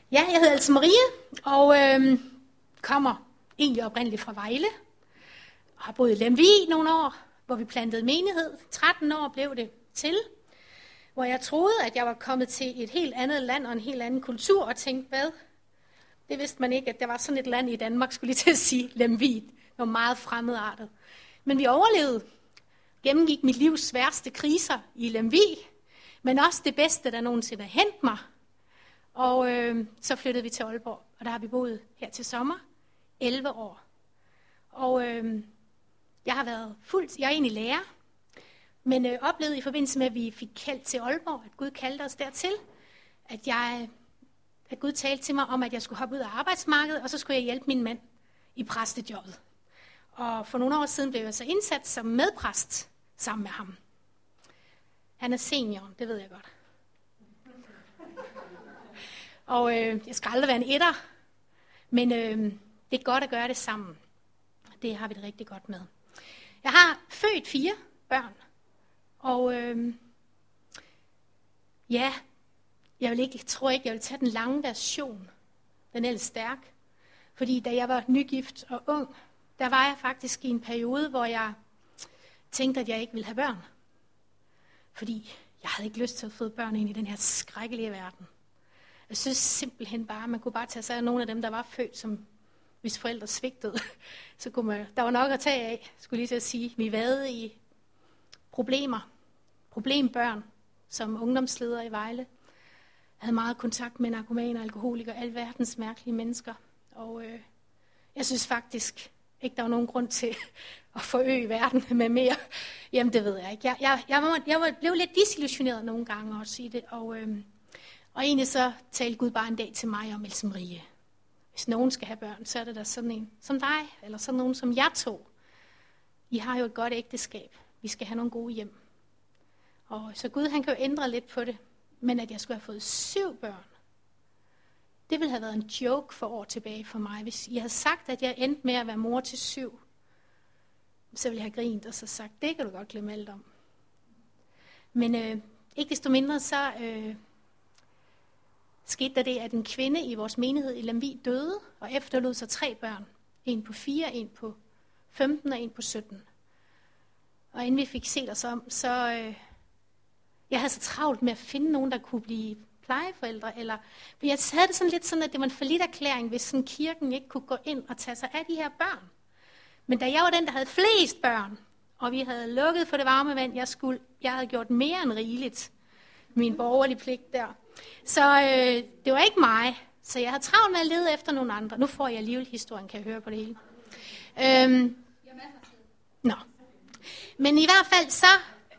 Ja, jeg hedder Else Marie, og kommer egentlig oprindeligt fra Vejle. Og har boet i Lemvig nogle år, hvor vi plantede menighed. 13 år blev det til, hvor jeg troede, at jeg var kommet til et helt andet land og en helt anden kultur, og tænkte, hvad? Det vidste man ikke, at der var sådan et land i Danmark, skulle lige til at sige, Lemvig. Det var meget fremmedartet. Men vi overlevede. Gennemgik mit livs sværeste kriser i Lemvig, men også det bedste, der nogensinde har hændt mig. Og så flyttede vi til Aalborg, og der har vi boet her til sommer, 11 år. Og jeg har været jeg er egentlig lærer, men oplevede i forbindelse med, at vi fik kaldt til Aalborg, at Gud kaldte os dertil, at Gud talte til mig om, at jeg skulle hoppe ud af arbejdsmarkedet, og så skulle jeg hjælpe min mand i præstejobbet. Og for nogle år siden blev jeg så indsat som medpræst sammen med ham. Han er senior, det ved jeg godt. Og jeg skal aldrig være en etter, men det er godt at gøre det sammen. Det har vi det rigtig godt med. Jeg har født 4 børn, og jeg tror ikke, jeg vil tage den lange version, den er stærk. Fordi da jeg var nygift og ung, der var jeg faktisk i en periode, hvor jeg tænkte, at jeg ikke ville have børn. Fordi jeg havde ikke lyst til at få børn ind i den her skrækkelige verden. Jeg synes simpelthen bare, man kunne bare tage sig af nogle af dem, der var født, som hvis forældre svigtede. Så kunne der var nok at tage af, skulle lige til at sige. Vi vadede i problembørn, som ungdomsleder i Vejle. Jeg havde meget kontakt med narkomaner, alkoholikere, alverdens mærkelige mennesker. Og jeg synes faktisk ikke, der var nogen grund til at forøge verden med mere. Jamen, det ved jeg ikke. Jeg blev lidt desillusioneret nogle gange også i det. Og egentlig så talte Gud bare en dag til mig om Else Marie. Hvis nogen skal have børn, så er det da sådan en som dig, eller sådan nogen som jeg to. I har jo et godt ægteskab. Vi skal have nogle gode hjem. Og så Gud, han kan jo ændre lidt på det. Men at jeg skulle have fået 7 børn, det ville have været en joke for år tilbage for mig. Hvis I havde sagt, at jeg endte med at være mor til 7, så ville jeg have grint og så sagt, det kan du godt glemme alt om. Men ikke desto mindre, så skete der det, at en kvinde i vores menighed i Lemvig døde, og efterlod sig 3 børn. En på 4, en på 15 og en på 17. Og inden vi fik set os om, så jeg havde så travlt med at finde nogen, der kunne blive plejeforældre. For jeg havde det sådan lidt sådan, at det var en falliterklæring, hvis sådan kirken ikke kunne gå ind og tage sig af de her børn. Men da jeg var den, der havde flest børn, og vi havde lukket for det varme vand, jeg havde gjort mere end rigeligt. Min borgerlige pligt der. Så det var ikke mig. Så jeg havde travlt med at lede efter nogle andre. Nu får jeg alligevel historien, kan jeg høre på det hele. Men i hvert fald så,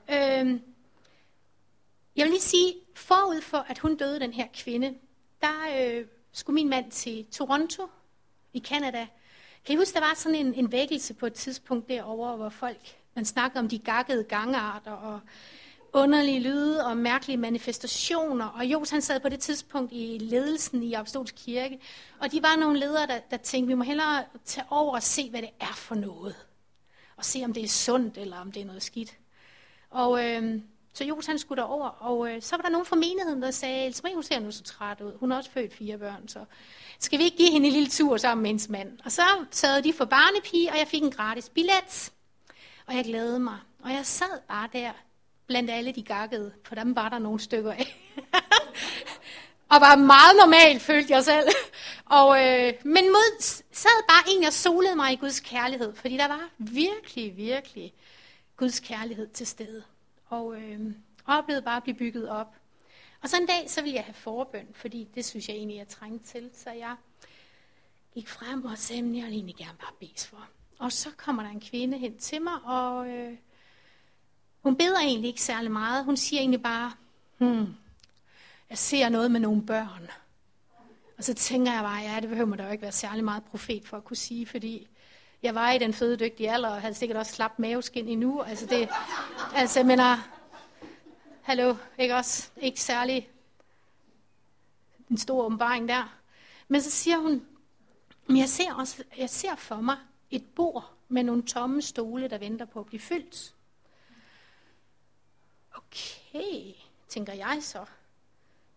jeg vil lige sige, forud for at hun døde, den her kvinde, der skulle min mand til Toronto i Canada. Kan I huske, der var sådan en vækkelse på et tidspunkt derovre, hvor man snakkede om de gakkede gangarter og underlige lyde og mærkelige manifestationer. Og Jos, han sad på det tidspunkt i ledelsen i Apostolsk Kirke. Og de var nogle ledere, der tænkte, vi må hellere tage over og se, hvad det er for noget. Og se, om det er sundt, eller om det er noget skidt. Og så Jos, han skulle derover. Og så var der nogen fra menigheden, der sagde, Else Marie, hun ser nu så træt ud. Hun har også født 4 børn, så skal vi ikke give hende en lille tur sammen med hendes mand? Og så sad de for barnepige, og jeg fik en gratis billet. Og jeg glædede mig. Og jeg sad bare der, blandt alle de gakkede, for dem var der nogle stykker af. Og var meget normalt, følte jeg selv. Men sad bare egentlig og solede mig i Guds kærlighed, fordi der var virkelig, virkelig Guds kærlighed til stede. Og oplevede bare at blive bygget op. Og så en dag, så ville jeg have forbøn, fordi det synes jeg egentlig, jeg trængte til. Så jeg gik frem og sagde, jeg vil egentlig gerne bare bes for. Og så kommer der en kvinde hen til mig, og hun beder egentlig ikke særlig meget. Hun siger egentlig bare, jeg ser noget med nogle børn. Og så tænker jeg bare, ja, det behøver man da jo ikke være særlig meget profet for at kunne sige, fordi jeg var i den fødedygtige alder, og havde sikkert også slapt maveskin endnu. Jeg mener, hallo, ikke også? Ikke særlig en stor åbenbaring der. Men så siger hun, jeg ser for mig et bord med nogle tomme stole, der venter på at blive fyldt. Okay, tænker jeg så.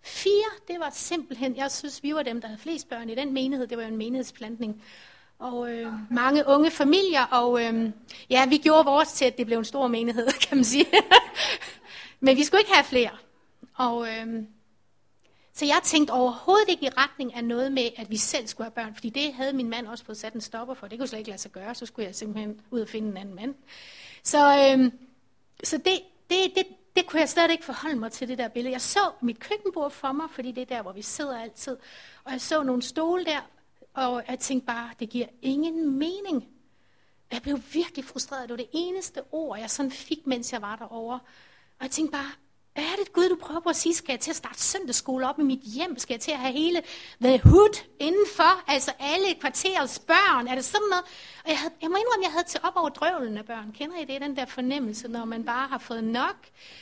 4, det var simpelthen, jeg synes, vi var dem, der havde flest børn i den menighed. Det var jo en menighedsplantning. Og mange unge familier, og vi gjorde vores til, at det blev en stor menighed, kan man sige. Men vi skulle ikke have flere. Og så jeg tænkte overhovedet ikke i retning af noget med, at vi selv skulle have børn, fordi det havde min mand også fået sat en stopper for. Det kunne slet ikke lade sig gøre, så skulle jeg simpelthen ud og finde en anden mand. Så det kunne jeg slet ikke forholde mig til, det der billede. Jeg så mit køkkenbord for mig, fordi det er der, hvor vi sidder altid. Og jeg så nogle stole der, og jeg tænkte bare, det giver ingen mening. Jeg blev virkelig frustreret. Det var det eneste ord, jeg sådan fik, mens jeg var derovre. Og jeg tænkte bare, er det Gud, du prøver på at sige, skal jeg til at starte søndagsskole op i mit hjem? Skal jeg til at have hele the hood indenfor? Altså alle kvarterets børn? Er det sådan noget? Og jeg må indrømme, jeg havde til op over drøvlen af børn. Kender I det? Den der fornemmelse, når man bare har fået nok?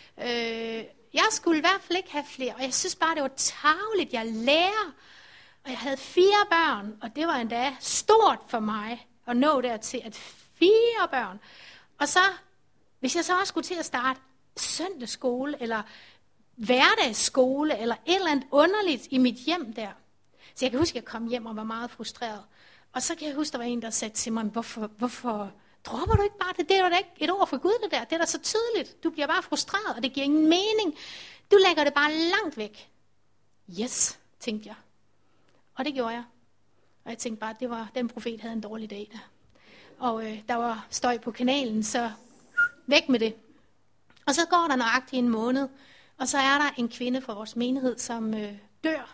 Jeg skulle i hvert fald ikke have flere. Og jeg synes bare, det var tarveligt. Jeg lærer. Og jeg havde 4 børn. Og det var endda stort for mig at nå dertil, at 4 børn. Og så, hvis jeg så også skulle til at starte søndagsskole, eller hverdagsskole, eller et eller andet underligt i mit hjem der. Så jeg kan huske, at jeg kom hjem og var meget frustreret. Og så kan jeg huske, der var en, der sagde til mig, hvorfor dropper du ikke bare det? Det er jo da ikke et ord for Gud, det der. Det er da så tydeligt. Du bliver bare frustreret, og det giver ingen mening. Du lægger det bare langt væk. Yes, tænkte jeg. Og det gjorde jeg. Og jeg tænkte bare, at den profet havde en dårlig dag der. Og der var støj på kanalen, så væk med det. Og så går der nøjagtigt en måned, og så er der en kvinde fra vores menighed, som dør.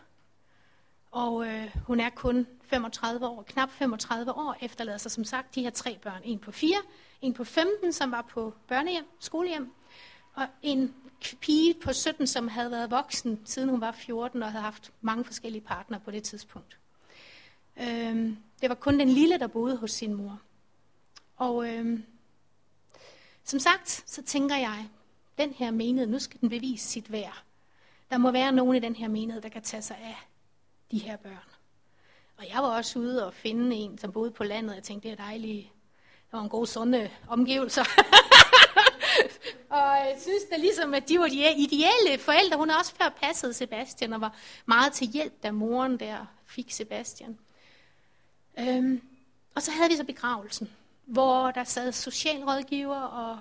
Og hun er kun 35 år, knap 35 år, efterlader sig som sagt de her 3 børn. En på 4, en på 15, som var på skolehjem, og en pige på 17, som havde været voksen, siden hun var 14, og havde haft mange forskellige partnere på det tidspunkt. Det var kun den lille, der boede hos sin mor. Og som sagt, så tænker jeg, den her menighed, nu skal den bevise sit værd. Der må være nogen i den her menighed, der kan tage sig af de her børn. Og jeg var også ude og finde en, som boede på landet. Jeg tænkte, det er dejligt. Der var en god sunde omgivelser. Og jeg synes da ligesom, at de var de ideelle forældre. Hun har også før passet Sebastian og var meget til hjælp, da moren der fik Sebastian. Og så havde vi så begravelsen, hvor der sad socialrådgiver og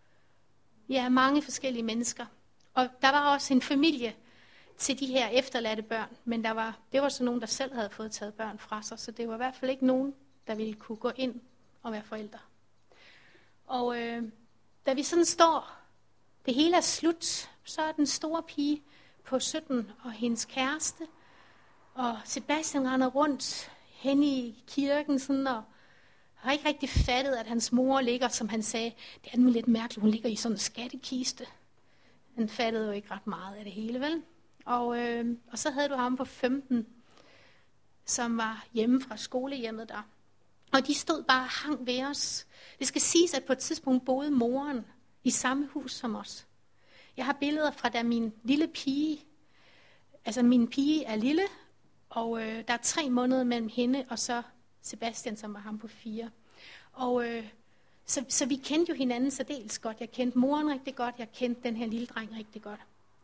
mange forskellige mennesker. Og der var også en familie til de her efterladte børn, men det var så nogen, der selv havde fået taget børn fra sig, så det var i hvert fald ikke nogen, der ville kunne gå ind og være forældre. Og da vi sådan står, det hele er slut, så er den store pige på 17 og hendes kæreste, og Sebastian render rundt hen i kirken sådan, og har ikke rigtig fattet, at hans mor ligger, som han sagde, det er nu lidt mærkeligt, hun ligger i sådan en skattekiste. Han fattede jo ikke ret meget af det hele, vel? Og så havde du ham på 15, som var hjemme fra skolehjemmet der. Og de stod bare og hang ved os. Det skal siges, at på et tidspunkt boede moren i samme hus som os. Jeg har billeder fra da min lille pige, altså min pige er lille, og der er 3 måneder mellem hende og så Sebastian, som var ham på 4. Og så vi kendte jo hinanden særdeles godt. Jeg kendte moren rigtig godt, jeg kendte den her lille dreng rigtig godt.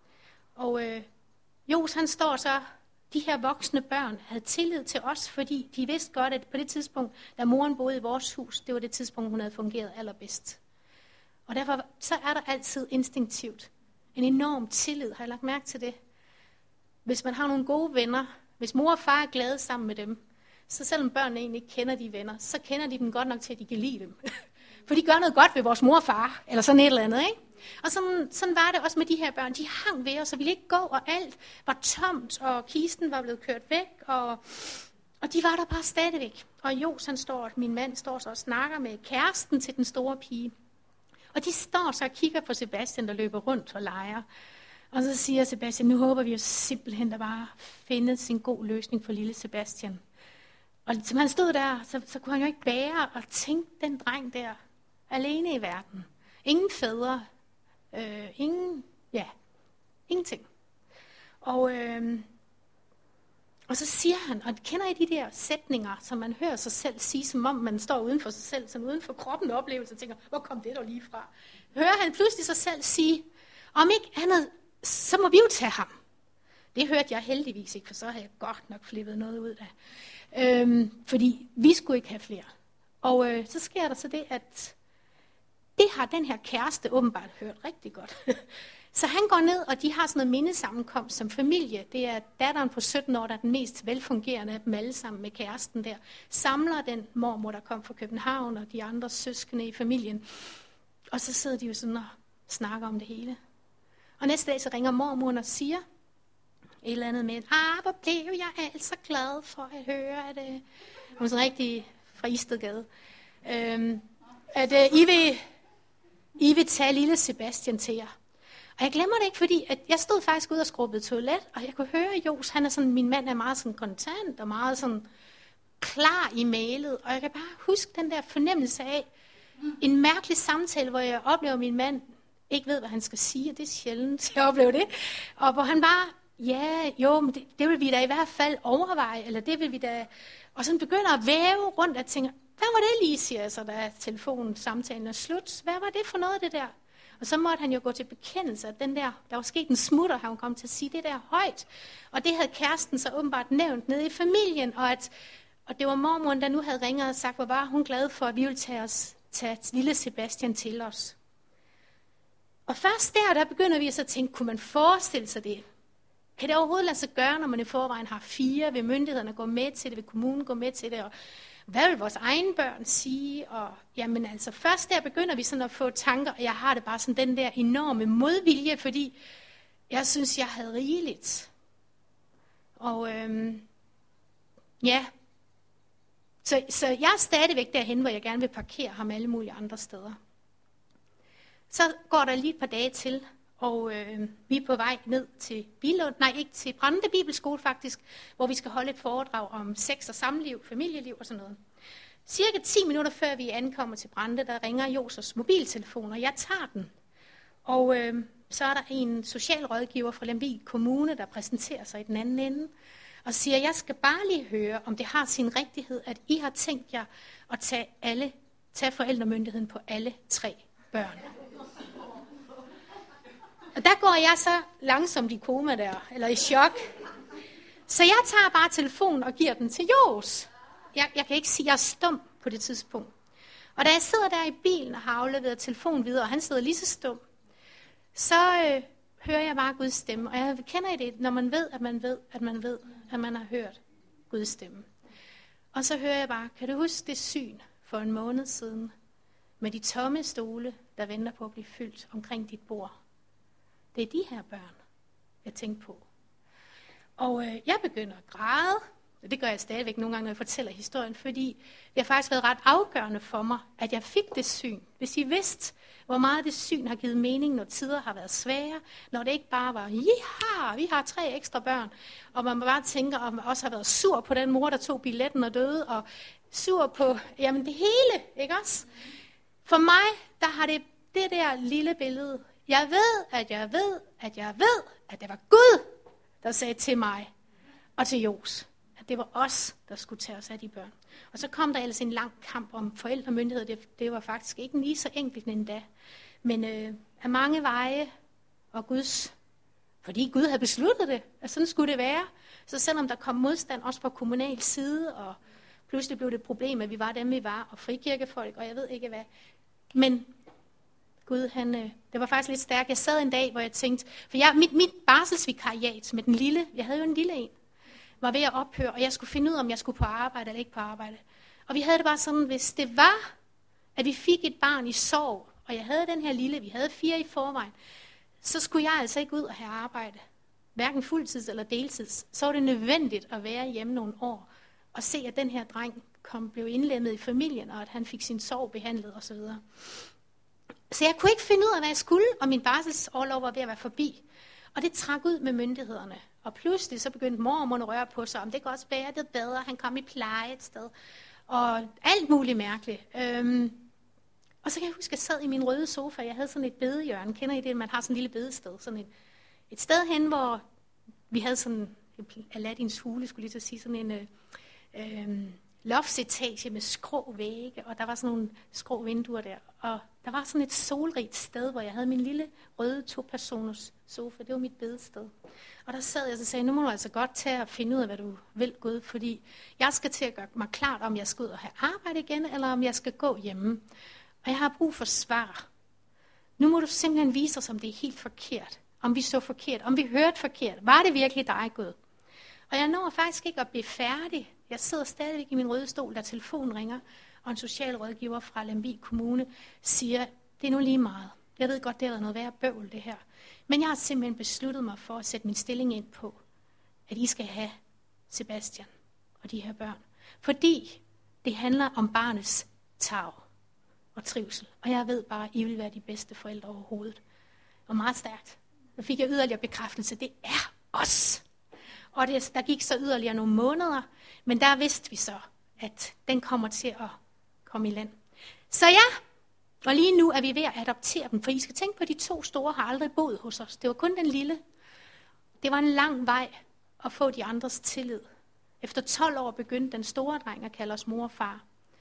Og Jos, han står så, de her voksne børn havde tillid til os, fordi de vidste godt, at på det tidspunkt, da moren boede i vores hus, det var det tidspunkt, hun havde fungeret allerbedst. Og derfor så er der altid instinktivt en enorm tillid, har jeg lagt mærke til det. Hvis man har nogle gode venner, hvis mor og far er glade sammen med dem, så selvom børnene egentlig ikke kender de venner, så kender de dem godt nok til, at de kan lide dem. For de gør noget godt ved vores mor og far, eller sådan et eller andet, ikke? Og sådan var det også med de her børn. De hang ved os, og ville ikke gå, og alt var tomt, og kisten var blevet kørt væk, og de var der bare stadigvæk. Og Jos, min mand, står så og snakker med kæresten til den store pige. Og de står så og kigger på Sebastian, der løber rundt og leger. Og så siger Sebastian, nu håber vi jo simpelthen, der bare findes en god løsning for lille Sebastian. Og som han stod der, så kunne han jo ikke bære og tænke den dreng der, alene i verden. Ingen fædre, ingenting. Og så siger han, og kender I de der sætninger, som man hører sig selv sige, som om man står uden for sig selv, sådan uden for kroppen og oplevelse, og tænker, hvor kom det dog lige fra? Hører han pludselig sig selv sige, om ikke andet, så må vi jo tage ham. Det hørte jeg heldigvis ikke, for så havde jeg godt nok flippet noget ud af. Fordi vi skulle ikke have flere. Og så sker der så det, at det har den her kæreste åbenbart hørt rigtig godt. Så han går ned, og de har sådan noget mindesammenkomst som familie. Det er datteren på 17 år, der er den mest velfungerende af dem alle sammen med kæresten der. Samler den mormor, der kom fra København, og de andre søskende i familien. Og så sidder de jo sådan og snakker om det hele. Og næste dag så ringer mormoren og siger et eller andet med, hvor blev jeg altså glad for at høre, at hun er sådan rigtig fra Istedgade, at I vil tage lille Sebastian til jer. Og jeg glemmer det ikke, fordi at jeg stod faktisk ude og skrubbede toilet, og jeg kunne høre Jos, min mand er meget sådan kontant og meget sådan klar i mailet, og jeg kan bare huske den der fornemmelse af en mærkelig samtale, hvor jeg oplever, at min mand ikke ved, hvad han skal sige, og det er sjældent, jeg oplever det, og hvor han bare, men det vil vi da i hvert fald overveje, eller det vil vi da, og sådan begynder at væve rundt og tænker, hvad var det lige, siger jeg så, da telefonen samtalen er slut, hvad var det for noget, det der? Og så måtte han jo gå til bekendelse, at der var sket en smutter, han kom til at sige det der højt. Og det havde kæresten så åbenbart nævnt nede i familien, og det var mormoren, der nu havde ringet og sagt, hvor var hun glad for, at vi ville tage lille Sebastian til os. Og først der begynder vi så at tænke, kunne man forestille sig det? Kan det overhovedet lade sig gøre, når man i forvejen har 4? Vil myndighederne gå med til det? Vil kommunen gå med til det? Og hvad vil vores egne børn sige? Og jamen altså, først der begynder vi sådan at få tanker, og jeg har det bare sådan den der enorme modvilje, fordi jeg synes, jeg havde rigeligt. Og Så jeg er stadigvæk derhen, hvor jeg gerne vil parkere ham alle mulige andre steder. Så går der lige et par dage til, og vi er på vej ned til til Brande Bibelskole faktisk, hvor vi skal holde et foredrag om sex og samliv, familieliv og sådan noget. Cirka 10 minutter før vi ankommer til Brande, der ringer Josers mobiltelefon, og jeg tager den. Og så er der en socialrådgiver fra Lemvig Kommune, der præsenterer sig i den anden ende, og siger, jeg skal bare lige høre, om det har sin rigtighed, at I har tænkt jer at tage forældremyndigheden på alle 3 børn. Og der går jeg så langsomt i koma der, eller i chok. Så jeg tager bare telefonen og giver den til Jos. Jeg kan ikke sige, at jeg er stum på det tidspunkt. Og da jeg sidder der i bilen og har afleveret telefonen videre, og han sidder lige så stum, så hører jeg bare Guds stemme. Og jeg kender I det, når man ved, at man ved, at man ved, at man har hørt Guds stemme. Og så hører jeg bare, kan du huske det syn for en måned siden, med de tomme stole, der venter på at blive fyldt omkring dit bord? Det er de her børn, jeg tænkte på. Og jeg begynder at græde, og det gør jeg stadigvæk nogle gange, når jeg fortæller historien, fordi det har faktisk været ret afgørende for mig, at jeg fik det syn. Hvis I vidste, hvor meget det syn har givet mening, når tider har været svære, når det ikke bare var, vi har 3 ekstra børn, og man bare tænker, om man også har været sur på den mor, der tog billetten og døde, og sur på, jamen det hele, ikke også? For mig, der har det der lille billede. Jeg ved, at det var Gud, der sagde til mig og til Jos, at det var os, der skulle tage os af de børn. Og så kom der ellers en lang kamp om forældremyndighed. Det var faktisk ikke lige så enkelt endda. Men af mange veje og fordi Gud havde besluttet det, at sådan skulle det være. Så selvom der kom modstand også fra kommunal side, og pludselig blev det et problem, at vi var dem, vi var, og frikirkefolk, og jeg ved ikke hvad. Men Gud, det var faktisk lidt stærkt. Jeg sad en dag, hvor jeg tænkte, for mit barselsvikariat med den lille, jeg havde jo en lille en, var ved at ophøre, og jeg skulle finde ud af, om jeg skulle på arbejde eller ikke på arbejde. Og vi havde det bare sådan, hvis det var, at vi fik et barn i sorg, og jeg havde den her lille, vi havde 4 i forvejen, så skulle jeg altså ikke ud og have arbejde. Hverken fuldtids eller deltids. Så var det nødvendigt at være hjemme nogle år, og se, at den her dreng blev indlemmet i familien, og at han fik sin sorg behandlet osv. Så jeg kunne ikke finde ud af, hvad jeg skulle, og min barselsorlov var ved at være forbi. Og det trak ud med myndighederne. Og pludselig så begyndte mormor at røre på sig, om det kan også være det bedre, han kom i pleje et sted. Og alt muligt mærkeligt. Og så kan jeg huske, at jeg sad i min røde sofa, jeg havde sådan et bedehjørne. Kender I det, man har sådan et lille bedested? Sådan et sted hen, hvor vi havde sådan Aladdins hule, skulle lige til at sige, sådan en loftsetage med skrå vægge, og der var sådan nogle skrå vinduer der. Og der var sådan et solrigt sted, hvor jeg havde min lille røde 2-personers sofa. Det var mit bedested. Og der sad jeg og sagde, nu må du altså godt tage og finde ud af, hvad du vil, Gud, fordi jeg skal til at gøre mig klart, om jeg skal ud og have arbejde igen, eller om jeg skal gå hjemme. Og jeg har brug for svar. Nu må du simpelthen vise os, om det er helt forkert. Om vi så forkert, om vi hørte forkert. Var det virkelig dig, Gud? Og jeg når faktisk ikke at blive færdig. Jeg sidder stadigvæk i min røde stol, da telefonen ringer, og en socialrådgiver fra Lemvig Kommune siger, det er nu lige meget. Jeg ved godt, det har været noget værre bøvl, det her. Men jeg har simpelthen besluttet mig for at sætte min stilling ind på, at I skal have Sebastian og de her børn. Fordi det handler om barnets tarv og trivsel. Og jeg ved bare, at I vil være de bedste forældre overhovedet. Og meget stærkt. Så fik jeg yderligere bekræftelse. Det er os. Og der gik så yderligere nogle måneder, men der vidste vi så, at den kommer til at komme i land. Så ja, og lige nu er vi ved at adoptere dem, for I skal tænke på, at de 2 store har aldrig boet hos os. Det var kun den lille. Det var en lang vej at få de andres tillid. Efter 12 år begyndte den store dreng at kalde os mor og far.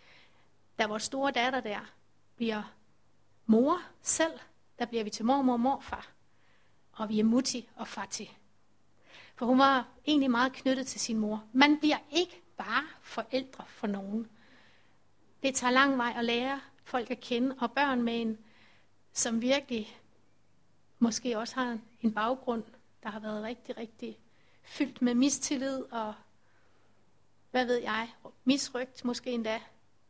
Da vores store datter der bliver mor selv, der bliver vi til mormor og morfar. Og vi er mutti og fatti. For hun var egentlig meget knyttet til sin mor. Man bliver ikke bare forældre for nogen. Det tager lang vej at lære folk at kende, og børn med en, som virkelig måske også har en baggrund, der har været rigtig, rigtig fyldt med mistillid og, hvad ved jeg, misrygt måske endda,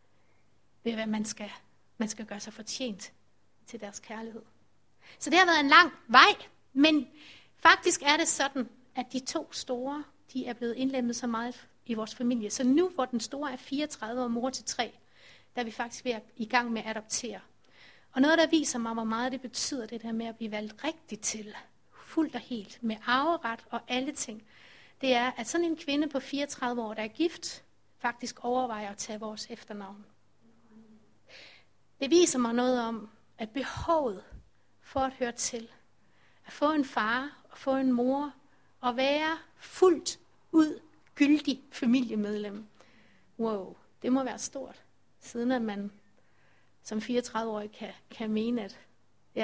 ved hvad man skal gøre sig fortjent til deres kærlighed. Så det har været en lang vej, men faktisk er det sådan, at de 2 store, de er blevet indlemmet så meget i vores familie. Så nu, hvor den store er 34 og mor til 3, der er vi faktisk ved at i gang med at adoptere. Og noget, der viser mig, hvor meget det betyder, det der med at blive valgt rigtigt til, fuldt og helt, med arveret og alle ting, det er, at sådan en kvinde på 34 år, der er gift, faktisk overvejer at tage vores efternavn. Det viser mig noget om, at behovet for at høre til, at få en far og få en mor, og være fuldt ud gyldig familiemedlem. Wow, det må være stort, siden at man som 34-årig kan mene, at ja.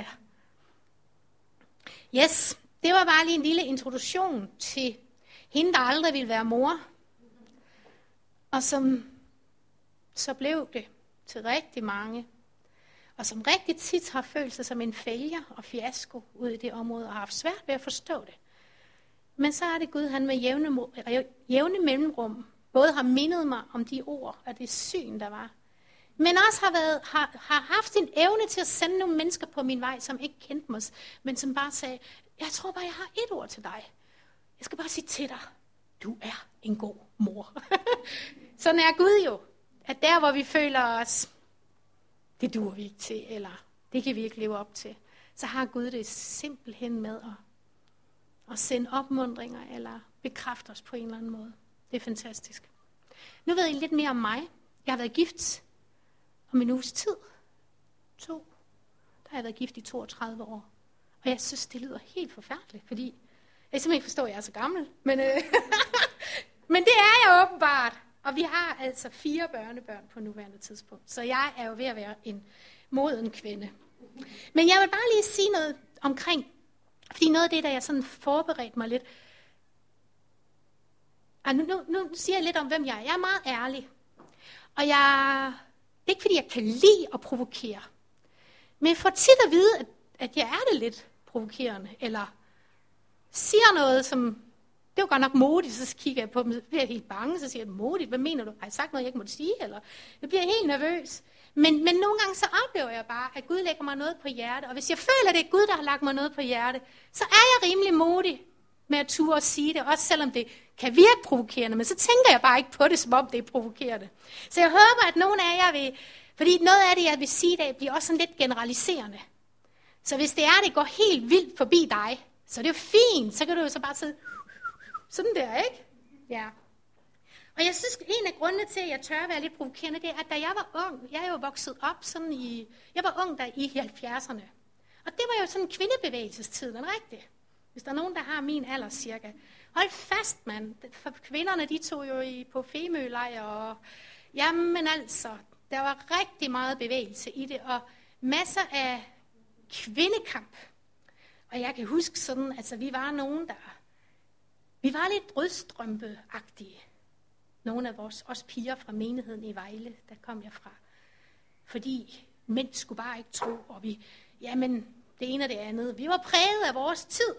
Yes, det var bare lige en lille introduktion til hende, der aldrig ville være mor. Og som så blev det til rigtig mange. Og som rigtig tit har følt sig som en failure og fiasko ud i det område, og har haft svært ved at forstå det. Men så er det Gud, han med jævne mellemrum, både har mindet mig om de ord og det syn, der var, men også har haft en evne til at sende nogle mennesker på min vej, som ikke kendte mig, men som bare sagde, jeg tror bare, jeg har et ord til dig. Jeg skal bare sige til dig, du er en god mor. Sådan er Gud jo, at der hvor vi føler os, det duer vi ikke til, eller det kan vi ikke leve op til, så har Gud det simpelthen med at sende opmundringer, eller bekræfte os på en eller anden måde. Det er fantastisk. Nu ved I lidt mere om mig. Jeg har været gift om en uges tid. 2. Der har jeg været gift i 32 år. Og jeg synes, det lyder helt forfærdeligt, fordi jeg simpelthen ikke forstår, at jeg er så gammel. Men, men det er jeg åbenbart. Og vi har altså 4 børnebørn på nuværende tidspunkt. Så jeg er jo ved at være en moden kvinde. Men jeg vil bare lige sige noget omkring, fordi noget af det, der jeg sådan forberedte mig lidt. Og nu siger jeg lidt om, hvem jeg er. Jeg er meget ærlig. Og det er ikke, fordi jeg kan lide at provokere. Men jeg får tit at vide, at jeg er det lidt provokerende. Eller siger noget, som det var godt nok modigt, så kigger jeg på dem, så bliver jeg helt bange, så siger jeg, modigt, hvad mener du? Har jeg sagt noget, jeg ikke måtte sige? Eller jeg bliver helt nervøs. Men nogle gange så oplever jeg bare, at Gud lægger mig noget på hjerte. Og hvis jeg føler, at det er Gud, der har lagt mig noget på hjerte, så er jeg rimelig modig med at ture og sige det, også selvom det kan virke provokerende. Men så tænker jeg bare ikke på det, som om det er provokerende. Så jeg håber, at nogen af jer vil, fordi noget af det, jeg vil sige i dag, bliver også sådan lidt generaliserende. Så hvis det går helt vildt forbi dig, så det er jo fint, så kan du jo så bare sidde sådan der, ikke? Ja. Og jeg synes, en af grundene til, at jeg tør være lidt provokerende, det er, at da jeg var ung, jeg er jo vokset op sådan jeg var ung der i 70'erne. Og det var jo sådan en kvindebevægelsestid, den rigtigt. Hvis der er nogen, der har min alder cirka. Hold fast, mand. For kvinderne, de tog jo på Femølejr og Jamen altså, der var rigtig meget bevægelse i det, og masser af kvindekamp. Og jeg kan huske sådan, altså vi var nogen, vi var lidt rødstrømpeagtige. Nogle af os piger fra menigheden i Vejle, der kom jeg fra. Fordi mænd skulle bare ikke tro, og jamen det ene og det andet. Vi var præget af vores tid.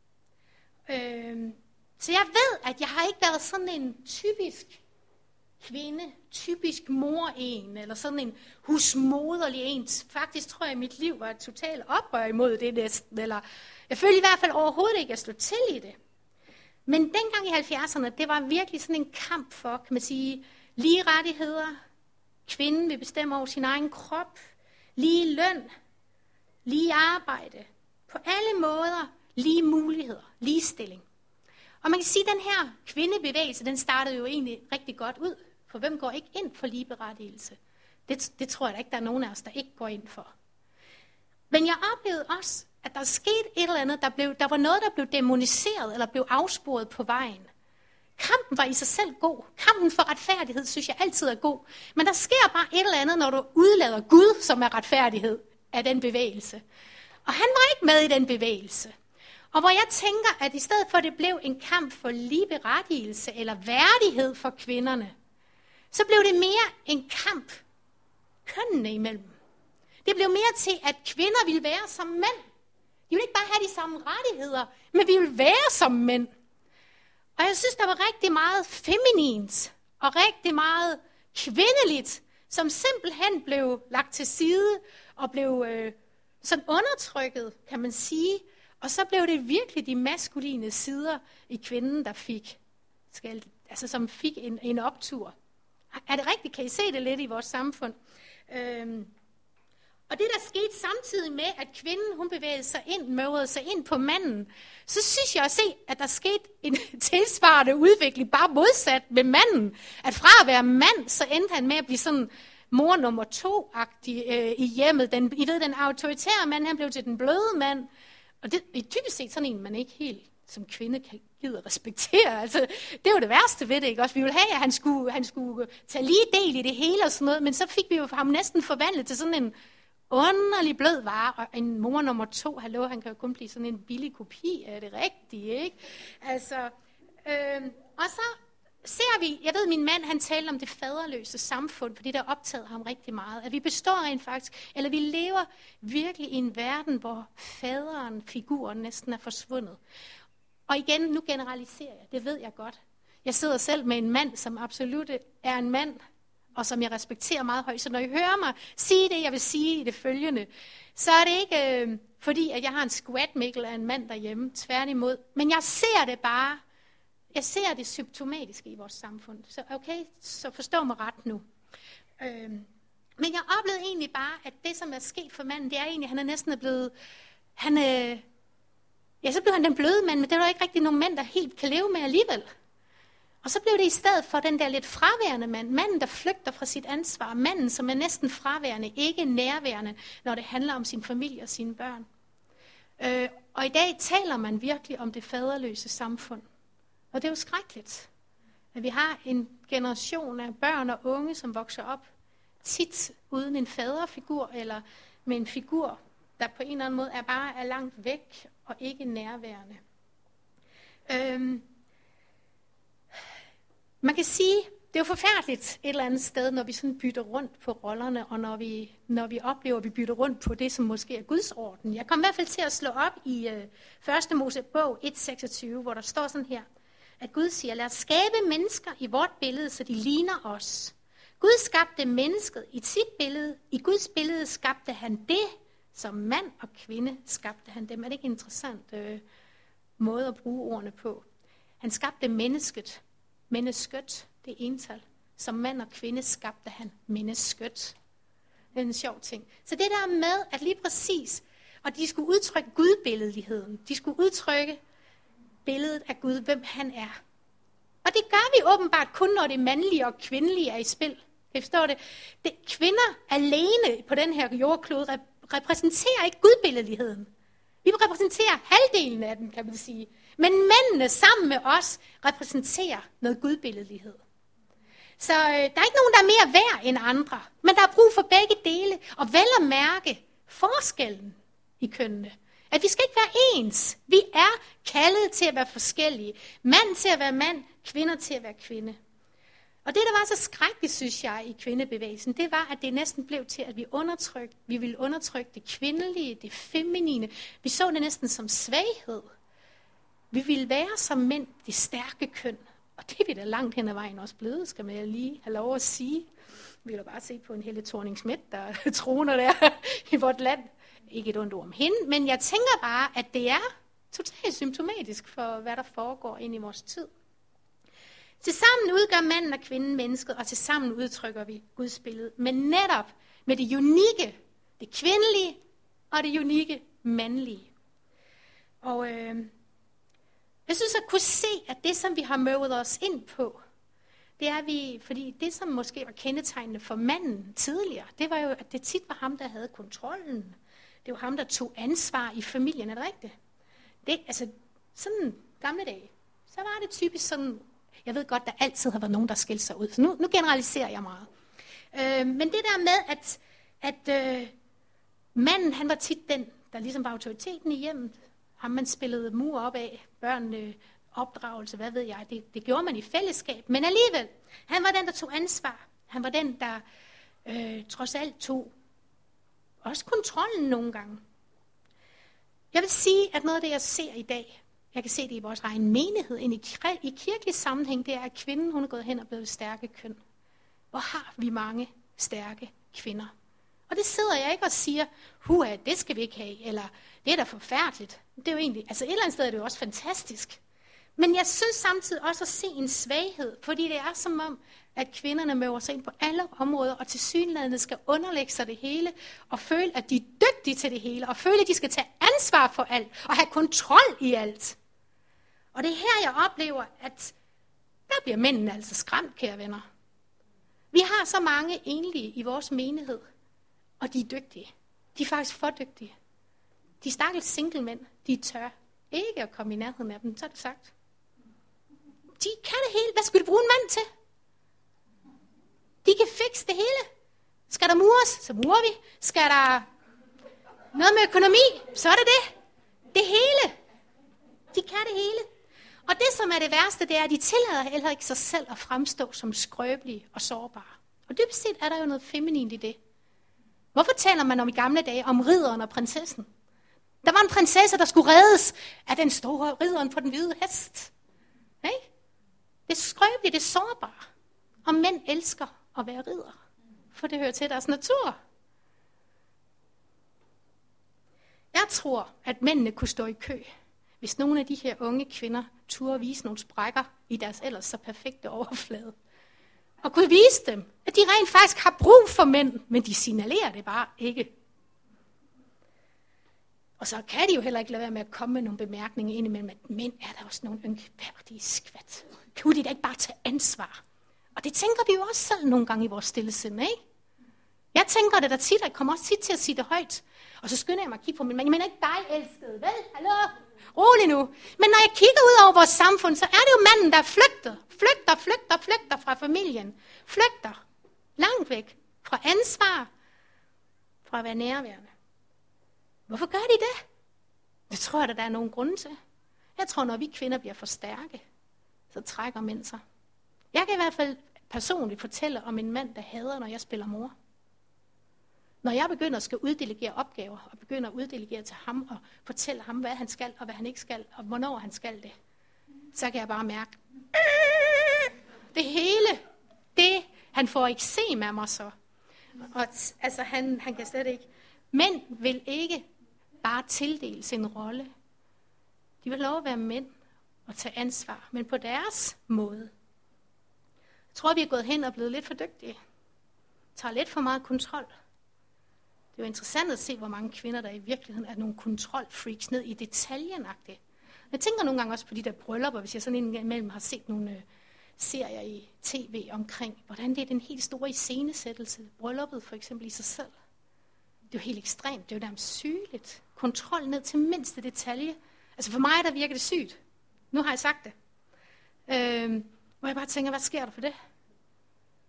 Så jeg ved, at jeg har ikke været sådan en typisk kvinde, typisk mor en, eller sådan en husmoderlig en. Faktisk tror jeg, at mit liv var et totalt oprør imod det næsten. Eller jeg følte i hvert fald overhovedet ikke at slå til i det. Men dengang i 70'erne, det var virkelig sådan en kamp for, kan man sige, lige rettigheder. Kvinden vil bestemme over sin egen krop. Lige løn. Lige arbejde. På alle måder lige muligheder. Ligestilling. Og man kan sige, at den her kvindebevægelse, den startede jo egentlig rigtig godt ud. For hvem går ikke ind for ligeberettigelse? Det tror jeg da ikke, der er nogen af os, der ikke går ind for. Men jeg oplevede også, at der skete et eller andet, der var noget, der blev dæmoniseret, eller blev afsporet på vejen. Kampen var i sig selv god. Kampen for retfærdighed, synes jeg altid er god. Men der sker bare et eller andet, når du udlader Gud, som er retfærdighed af den bevægelse. Og han var ikke med i den bevægelse. Og hvor jeg tænker, at i stedet for, at det blev en kamp for ligeberettigelse eller værdighed for kvinderne, så blev det mere en kamp kønnene imellem. Det blev mere til, at kvinder ville være som mænd. De ville ikke bare have de samme rettigheder, men vi ville være som mænd. Og jeg synes, der var rigtig meget feminint og rigtig meget kvindeligt, som simpelthen blev lagt til side og blev sådan undertrykket, kan man sige. Og så blev det virkelig de maskuline sider i kvinden, der fik en optur. Er det rigtigt? Kan I se det lidt i vores samfund? Og det, der skete samtidig med, at kvinden hun bevægede sig ind, mødrede sig ind på manden, så synes jeg at se, at der skete en tilsvarende udvikling, bare modsat med manden. At fra at være mand, så endte han med at blive sådan mor nummer 2-agtig i hjemmet. I ved, den autoritære mand, han blev til den bløde mand. Og det er typisk set sådan en, man ikke helt som kvinde kan gider respektere. Altså, det var det værste ved det, ikke også? Vi ville have, at han skulle tage lige del i det hele og sådan noget, men så fik vi jo ham næsten forvandlet til sådan en underlig blød vare, og en mor nummer 2, han kan jo kun blive sådan en billig kopi af det rigtige, ikke? Altså, og så ser vi, jeg ved, min mand, han talte om det faderløse samfund, fordi der optaget ham rigtig meget, at vi består rent faktisk, eller vi lever virkelig i en verden, hvor faderen, figuren næsten er forsvundet. Og igen, nu generaliserer jeg, det ved jeg godt. Jeg sidder selv med en mand, som absolut er en mand, og som jeg respekterer meget højt. Så når I hører mig sige det, jeg vil sige i det følgende, så er det ikke fordi, at jeg har en squat-mikkel af en mand derhjemme, tværtimod. Men jeg ser det symptomatiske i vores samfund. Så okay, så forstå mig ret nu. Men jeg oplevede egentlig bare, at det, som er sket for manden, det er egentlig, at han er næsten blevet... så blev han den bløde mand, men det er der ikke rigtig nogen mænd, der helt kan leve med alligevel. Og så blev det i stedet for den der lidt fraværende mand, manden, der flygter fra sit ansvar, manden, som er næsten fraværende, ikke nærværende, når det handler om sin familie og sine børn. Og i dag taler man virkelig om det faderløse samfund. Og det er jo skrækkeligt, at vi har en generation af børn og unge, som vokser op tit uden en faderfigur, eller med en figur, der på en eller anden måde er langt væk og ikke nærværende. Man kan sige, det er jo forfærdeligt et eller andet sted, når vi sådan bytter rundt på rollerne, og når vi oplever, at vi bytter rundt på det, som måske er Guds orden. Jeg kom i hvert fald til at slå op i 1. Mosebog 1:26, hvor der står sådan her, at Gud siger, lad os skabe mennesker i vort billede, så de ligner os. Gud skabte mennesket i sit billede. I Guds billede skabte han det, som mand og kvinde skabte han dem. Er det ikke en interessant måde at bruge ordene på? Han skabte mennesket. Mennesket, det er ental. Som mand og kvinde skabte han mennesket. Det er en sjov ting. Så det der med, at lige præcis, og de skulle udtrykke gudbilledligheden. De skulle udtrykke billedet af Gud, hvem han er. Og det gør vi åbenbart kun, når det mandlige og kvindelige er i spil. Kan I forstå det? Kvinder alene på den her jordklode repræsenterer ikke gudbilledligheden. Vi repræsenterer halvdelen af den, kan man sige. Men mændene sammen med os repræsenterer noget gudbilledlighed. Så der er ikke nogen, der er mere værd end andre. Men der er brug for begge dele. Og vel at mærke forskellen i kønnene. At vi skal ikke være ens. Vi er kaldet til at være forskellige. Mand til at være mand, kvinder til at være kvinde. Og det, der var så skrækkeligt, synes jeg, i kvindebevægelsen, det var, at det næsten blev til, at vi ville undertrykke det kvindelige, det feminine. Vi så det næsten som svaghed. Vi ville være som mænd, det stærke køn. Og det er vi da langt hen ad vejen også blevet, skal man lige have lov at sige. Vi vil da bare se på en Helle Thorning-Schmidt, der troner der i vort land. Ikke et ondt ord om hende, men jeg tænker bare, at det er totalt symptomatisk for, hvad der foregår ind i vores tid. Tilsammen udgør manden og kvinden mennesket, og tilsammen udtrykker vi Guds billede. Men netop med det unikke, det kvindelige og det unikke mandlige. Og jeg synes at kunne se, at det, som vi har møvet os ind på, det er vi, fordi det, som måske var kendetegnende for manden tidligere, det var jo, at det tit var ham, der havde kontrollen. Det var ham, der tog ansvar i familien, er det rigtigt? Det, altså, sådan gamle dage, så var det typisk sådan, jeg ved godt, der altid har været nogen, der skilte sig ud, så nu generaliserer jeg meget. Men det der med, at manden, han var tit den, der ligesom var autoriteten i hjemmet, ham man spillede mur op af, børnene, opdragelse, hvad ved jeg, det gjorde man i fællesskab, men alligevel, han var den, der tog ansvar, han var den, der trods alt tog også kontrollen nogle gange. Jeg vil sige, at noget af det, jeg ser i dag, jeg kan se det i vores egen menighed, i kirkelig sammenhæng, det er, at kvinden, hun er gået hen og blevet stærke køn. Hvor har vi mange stærke kvinder? Og det sidder jeg ikke og siger, det skal vi ikke have, eller det er da forfærdeligt. Det er jo egentlig, altså et eller andet sted er det jo også fantastisk. Men jeg synes samtidig også at se en svaghed, fordi det er som om, at kvinderne møver sig ind på alle områder, og tilsyneladende skal underlægge sig det hele, og føle, at de er dygtige til det hele, og føle, at de skal tage ansvar for alt, og have kontrol i alt. Og det er her, jeg oplever, at der bliver mændene altså skræmt, kære venner. Vi har så mange enlige i vores menighed, og de er dygtige. De er faktisk for dygtige. De stakkels single-mænd, de tør ikke at komme i nærheden af dem, så er det sagt. De kan det hele. Hvad skulle de bruge en mand til? De kan fikse det hele. Skal der mures, så murer vi. Skal der noget med økonomi, så er det det. Det hele. De kan det hele. Og det, som er det værste, det er, at de tillader heller ikke sig selv at fremstå som skrøbelige og sårbare. Og dybest set er der jo noget feminint i det. Hvorfor taler man om i gamle dage om ridderen og prinsessen? Der var en prinsesse, der skulle reddes af den store ridderen på den hvide hest. Hey? Det er skrøbeligt, det er sårbart. Og mænd elsker at være ridder, for det hører til deres natur. Jeg tror, at mændene kunne stå i kø, hvis nogle af de her unge kvinder turde vise nogle sprækker i deres ellers så perfekte overflade. Og kunne vise dem, at de rent faktisk har brug for mænd, men de signalerer det bare ikke. Og så kan de jo heller ikke lade være med at komme med nogle bemærkninger indimellem, at mænd er der også nogle ynkeværdige skvat. Kunne de da ikke bare tage ansvar? Og det tænker vi jo også selv nogle gange i vores stille sind, ikke? Jeg tænker det der tit, og jeg kommer også tit til at sige det højt. Og så skynder jeg mig at kigge på min mand. Jeg mener ikke dig, elskede, vel? Hallo? Rolig nu. Men når jeg kigger ud over vores samfund, så er det jo manden, der flygter fra familien. Flygter langt væk fra ansvar, fra at være nærværende. Hvorfor gør de det? Det tror jeg, der er nogen grunde til. Jeg tror, når vi kvinder bliver for stærke, så trækker mænd sig. Jeg kan i hvert fald personligt fortælle om en mand, der hader, når jeg spiller mor. Når jeg begynder at skal uddelegere opgaver, og begynder at uddelegere til ham, og fortælle ham, hvad han skal, og hvad han ikke skal, og hvornår han skal det, så kan jeg bare mærke, det hele, det, han får eksem af mig så. Og altså, han kan slet ikke. Mænd vil ikke bare tildele sin rolle. De vil lov at være mænd og tage ansvar, men på deres måde. Jeg tror, vi er gået hen og blevet lidt for dygtige. Tager lidt for meget kontrol. Det er jo interessant at se, hvor mange kvinder, der i virkeligheden er nogle kontrolfreaks ned i detaljenagtigt. Jeg tænker nogle gange også på de der bryllupper, hvis jeg sådan indimellem har set nogle serier i tv omkring, hvordan det er den helt store iscenesættelse. Brylluppet for eksempel i sig selv. Det er jo helt ekstremt. Det er jo nærmest sygeligt. Kontrol ned til mindste detalje. Altså for mig, der virker det sygt. Nu har jeg sagt det. Hvor jeg bare tænker, hvad sker der for det?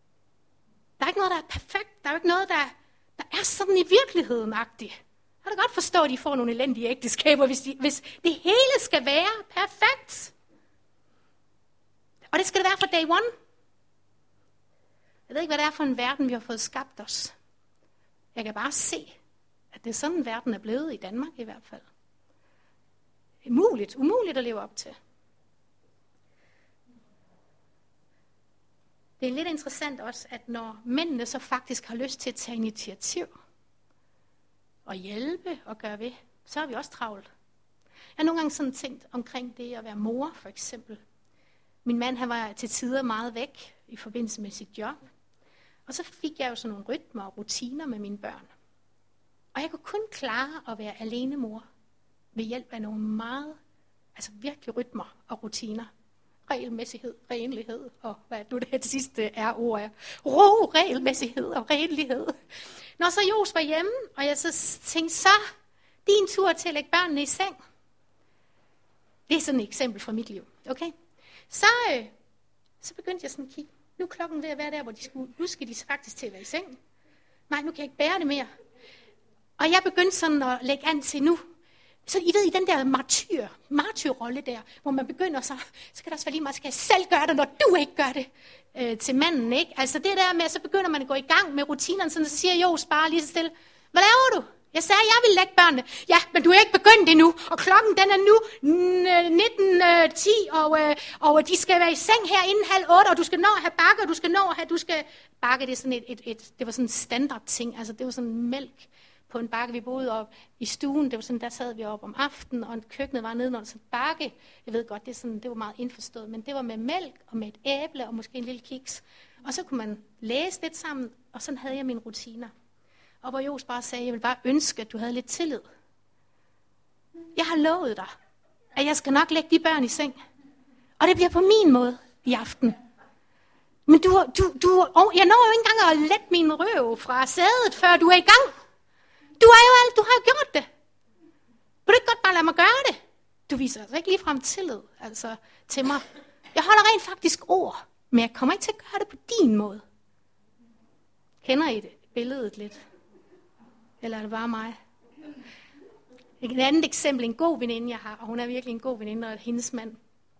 noget, der er perfekt. Der er jo ikke noget, der er sådan i virkeligheden-agtigt. Jeg kan da godt forstå, at de får nogle elendige ægteskaber, hvis det hele skal være perfekt. Og det skal det være fra day one. Jeg ved ikke, hvad det er for en verden, vi har fået skabt os. Jeg kan bare se, at det er sådan, verden er blevet i Danmark i hvert fald. Umuligt at leve op til. Det er lidt interessant også, at når mændene så faktisk har lyst til at tage initiativ og hjælpe og gøre ved, så er vi også travlt. Jeg har nogle gange sådan tænkt omkring det at være mor, for eksempel. Min mand, han var til tider meget væk i forbindelse med sit job. Og så fik jeg jo sådan nogle rytmer og rutiner med mine børn. Og jeg kunne kun klare at være alene mor ved hjælp af nogle meget, virkelig rytmer og rutiner. Regelmæssighed, renlighed og hvad er nu det sidste ord er. Ro, regelmæssighed og renlighed. Når så Jos var hjemme, og jeg så tænkte, så din tur til at lægge børnene i seng. Det er sådan et eksempel fra mit liv. Okay? Så begyndte jeg sådan at kigge. Nu er klokken ved at være der, hvor nu skal de faktisk til at være i seng. Nej, nu kan jeg ikke bære det mere. Og jeg begyndte sådan at lægge an til nu. Så I ved, i den der martyrrolle der, hvor man begynder så kan det også være lige meget, skal jeg selv gøre det, når du ikke gør det til manden, ikke? Altså det der med, så begynder man at gå i gang med rutinerne, så siger Jos bare lige så stille, hvad laver du? Jeg sagde, jeg vil lægge børnene. Ja, men du er ikke begyndt endnu, og klokken den er nu 19:10, og de skal være i seng her inden 7:30, og du skal nå at have bakke, og du skal bakke, det er sådan det var sådan en standard ting, altså det var sådan mælk på en bakke, vi boede op i stuen, det var sådan, der sad vi op om aftenen, og køkkenet var nede under sådan en bakke. Jeg ved godt, det var meget indforstået, men det var med mælk og med et æble og måske en lille kiks. Og så kunne man læse lidt sammen, og sådan havde jeg mine rutiner. Og hvor Jos bare sagde, jeg vil bare ønske, at du havde lidt tillid. Jeg har lovet dig, at jeg skal nok lægge de børn i seng. Og det bliver på min måde i aften. Men jeg når jo ikke engang at lette min røv fra sædet, før du er i gang. Du har jo gjort det. Vil du ikke godt bare lade mig gøre det? Du viser altså ikke ligefrem tillid til mig. Jeg holder rent faktisk ord, men jeg kommer ikke til at gøre det på din måde. Kender I det billedet lidt? Eller er det bare mig? Et andet eksempel, en god veninde, jeg har, og hun er virkelig en god veninde, og hendes mand,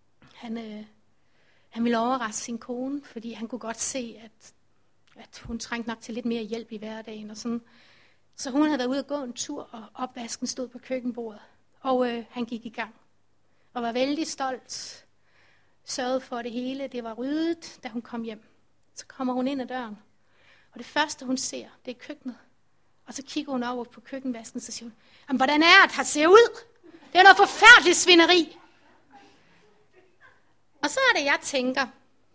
han ville overraske sin kone, fordi han kunne godt se, at hun trængte nok til lidt mere hjælp i hverdagen, og sådan. Så hun havde været ude at gå en tur, og opvasken stod på køkkenbordet. Og han gik i gang. Og var vældig stolt. Sørgede for det hele. Det var ryddet, da hun kom hjem. Så kommer hun ind ad døren. Og det første, hun ser, det er køkkenet. Og så kigger hun over på køkkenvasken, og så siger hun, jamen, hvordan er det, at se ud? Det er noget forfærdeligt svineri. Og så er det, jeg tænker,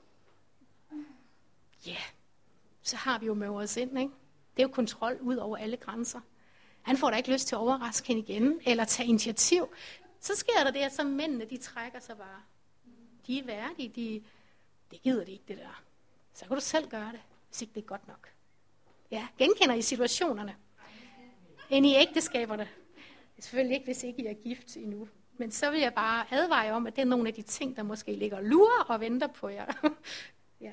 så har vi jo med os ind, ikke? Det er jo kontrol ud over alle grænser. Han får da ikke lyst til at overraske hende igen, eller tage initiativ. Så sker der det, at så mændene, de trækker sig bare. De er værdige, det gider de ikke, det der. Så kan du selv gøre det, hvis ikke det er godt nok. Ja, genkender I situationerne? Ind i ægteskaberne. Selvfølgelig ikke, hvis ikke I er gift endnu. Men så vil jeg bare advare jer om, at det er nogle af de ting, der måske ligger og lurer og venter på jer. Ja.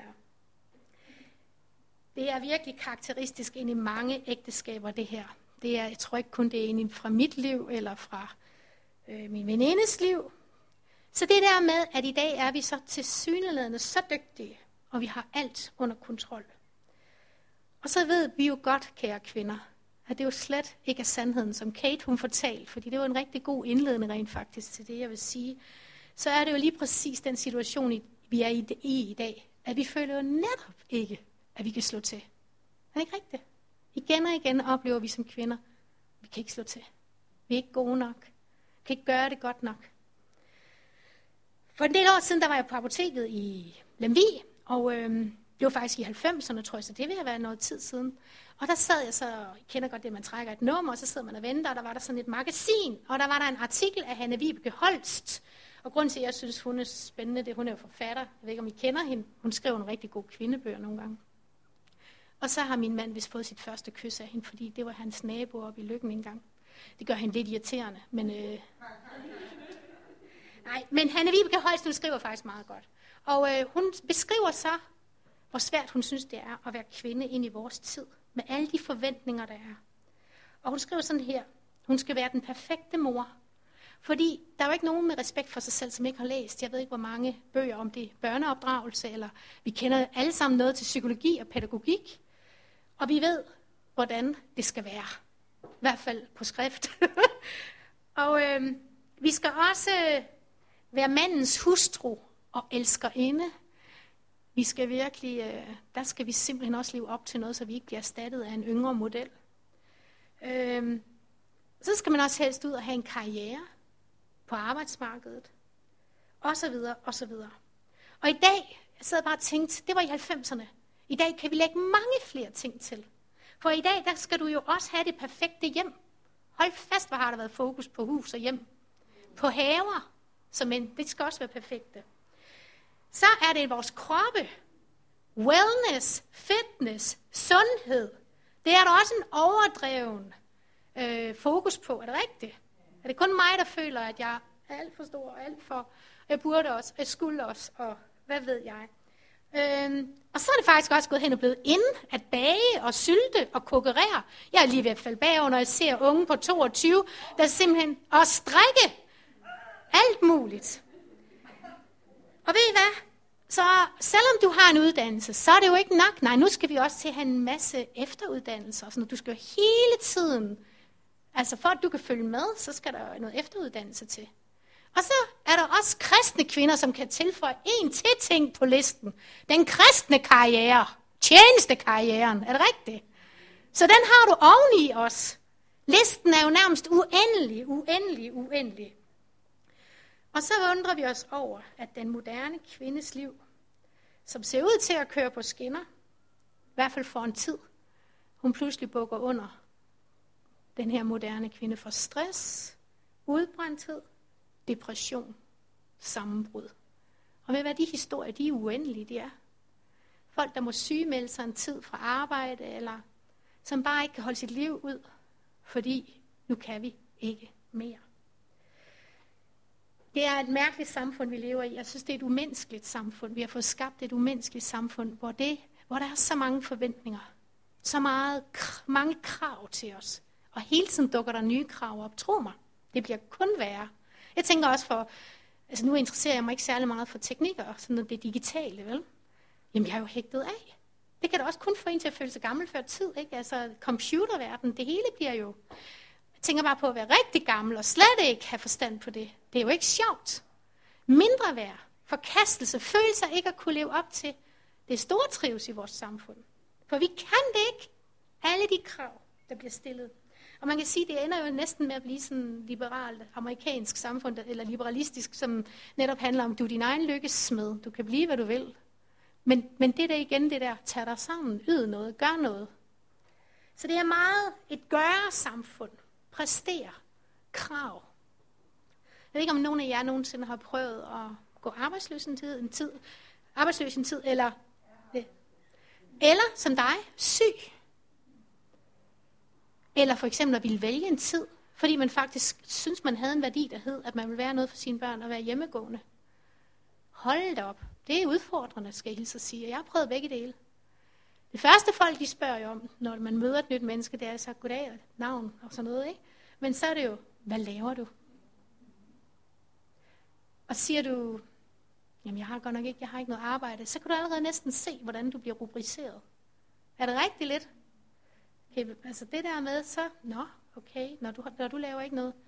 Det er virkelig karakteristisk ind i mange ægteskaber, det her. Jeg tror ikke kun, det er inde fra mit liv, eller fra min venindes liv. Så det der med, at i dag er vi så tilsyneladende så dygtige, og vi har alt under kontrol. Og så ved vi jo godt, kære kvinder, at det jo slet ikke er sandheden, som Kate hun fortalte, fordi det var en rigtig god indledning rent faktisk til det, jeg vil sige. Så er det jo lige præcis den situation, vi er i dag, at vi føler jo netop ikke, at vi kan slå til. Er det ikke rigtigt? Igen og igen oplever vi som kvinder, vi kan ikke slå til. Vi er ikke gode nok. Vi kan ikke gøre det godt nok. For en del år siden, der var jeg på apoteket i Lemvig, og det var faktisk i 90'erne, tror jeg, så det vil have været noget tid siden. Og der sad jeg så, jeg kender godt det, man trækker et nummer, og så sidder man og venter, og der var der sådan et magasin, og der var der en artikel af Hanne Vibeke Holst. Og grunden til, at jeg synes, hun er spændende, det hun er jo forfatter. Jeg ved ikke, om I kender hende. Hun skrev en rigtig god kvindebøger nogle gange. Og så har min mand vist fået sit første kys af hende, fordi det var hans nabo oppe i Løkken engang. Det gør hende lidt irriterende, men... Nej, men Hanne Vibeke Holst, hun skriver faktisk meget godt. Og hun beskriver så hvor svært hun synes, det er at være kvinde ind i vores tid, med alle de forventninger, der er. Og hun skriver sådan her, hun skal være den perfekte mor, fordi der er jo ikke nogen med respekt for sig selv, som ikke har læst. Jeg ved ikke, hvor mange bøger om det børneopdragelse, eller vi kender alle sammen noget til psykologi og pædagogik, og vi ved, hvordan det skal være. I hvert fald på skrift. Og vi skal også være mandens hustru og elskerinde. Vi skal virkelig, der skal vi simpelthen også leve op til noget, så vi ikke bliver erstattet af en yngre model. Så skal man også helst ud og have en karriere på arbejdsmarkedet, og så videre, og så videre. Og i dag, jeg sad bare og tænkte, det var i 90'erne. I dag kan vi lægge mange flere ting til. For i dag, der skal du jo også have det perfekte hjem. Hold fast, hvor har der været fokus på hus og hjem. På haver, som det skal også være perfekte. Så er det vores kroppe. Wellness, fitness, sundhed. Det er der også en overdreven fokus på. Er det rigtigt? Er det kun mig, der føler, at jeg er alt for stor og alt for... Jeg burde også, jeg skulle også, og hvad ved jeg. Og så er det faktisk også gået hen og blevet inde at bage og sylte og kokkerere. Jeg er lige ved at falde bagover, når jeg ser unge på 22, der simpelthen og strikke alt muligt. Og ved I hvad? Så selvom du har en uddannelse, så er det jo ikke nok. Nej, nu skal vi også til at have en masse efteruddannelser. Så du skal jo hele tiden, altså for at du kan følge med, så skal der noget efteruddannelse til. Og så er der også kristne kvinder, som kan tilføje en til ting på listen. Den kristne karriere, tjenestekarrieren, er det rigtigt? Så den har du oveni os. Listen er jo nærmest uendelig. Og så undrer vi os over, at den moderne kvindes liv, som ser ud til at køre på skinner, i hvert fald for en tid, hun pludselig bukker under den her moderne kvinde for stress, udbrændthed, depression, sammenbrud. Og ved hvad de historier, de er uendelige, de er. Folk, der må sygemelde sig en tid fra arbejde, eller som bare ikke kan holde sit liv ud, fordi nu kan vi ikke mere. Det er et mærkeligt samfund, vi lever i. Jeg synes, det er et umenneskeligt samfund. Vi har fået skabt et umenneskeligt samfund, hvor der er så mange forventninger, så mange krav til os. Og hele tiden dukker der nye krav op. Tro mig, det bliver kun værre. Jeg tænker også nu interesserer jeg mig ikke særlig meget for teknikker og sådan noget, det digitale, vel? Jamen, jeg er jo hægtet af. Det kan da også kun få en til at føle sig gammel før tid, ikke? Altså, computerverden, det hele bliver jo... Jeg tænker bare på at være rigtig gammel og slet ikke have forstand på det. Det er jo ikke sjovt. Mindre værd, forkastelse, følelser ikke at kunne leve op til. Det er store trives i vores samfund. For vi kan det ikke. Alle de krav, der bliver stillet. Og man kan sige, at det ender jo næsten med at blive sådan liberalt amerikansk samfund, eller liberalistisk, som netop handler om, du er din egen lykkes smed. Du kan blive, hvad du vil. Men det der igen, det der, tag dig sammen, yd noget, gør noget. Så det er meget et gøre-samfund. Præstere, krav. Jeg ved ikke, om nogen af jer nogensinde har prøvet at gå arbejdsløs en tid, eller som dig, syg. Eller for eksempel at ville vælge en tid, fordi man faktisk synes, man havde en værdi, der hed, at man vil være noget for sine børn og være hjemmegående. Hold da op. Det er udfordrende, skal jeg hilse at sige. Jeg har prøvet begge dele. Det første folk, de spørger jo om, når man møder et nyt menneske, det er så goddag og navn og sådan noget, ikke? Men så er det jo, hvad laver du? Og siger du, jamen jeg har ikke noget arbejde, så kan du allerede næsten se, hvordan du bliver rubriceret. Er det rigtig lidt? Okay, altså det der med, så, okay, når du laver ikke noget,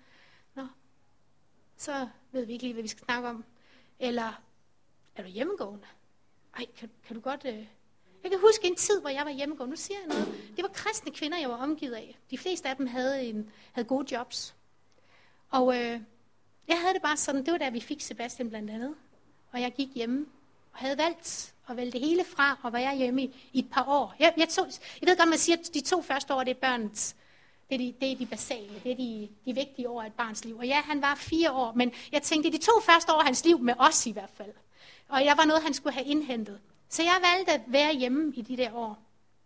så ved vi ikke lige, hvad vi skal snakke om. Eller, er du hjemmegående? Ej, kan du godt... Jeg kan huske en tid, hvor jeg var hjemmegående. Nu siger jeg noget. Det var kristne kvinder, jeg var omgivet af. De fleste af dem havde gode jobs. Og jeg havde det bare sådan, det var da vi fik Sebastian blandt andet. Og jeg gik hjemme og havde valgt at vælge det hele fra, og var jeg hjemme i et par år. Jeg ved godt, man siger, at de 2 første år, det er børnets, det er de basale, det er de vigtige år af et barns liv. Og ja, han var 4 år, men jeg tænkte, de 2 første år af hans liv med os i hvert fald. Og jeg var noget, han skulle have indhentet. Så jeg valgte at være hjemme i de der år.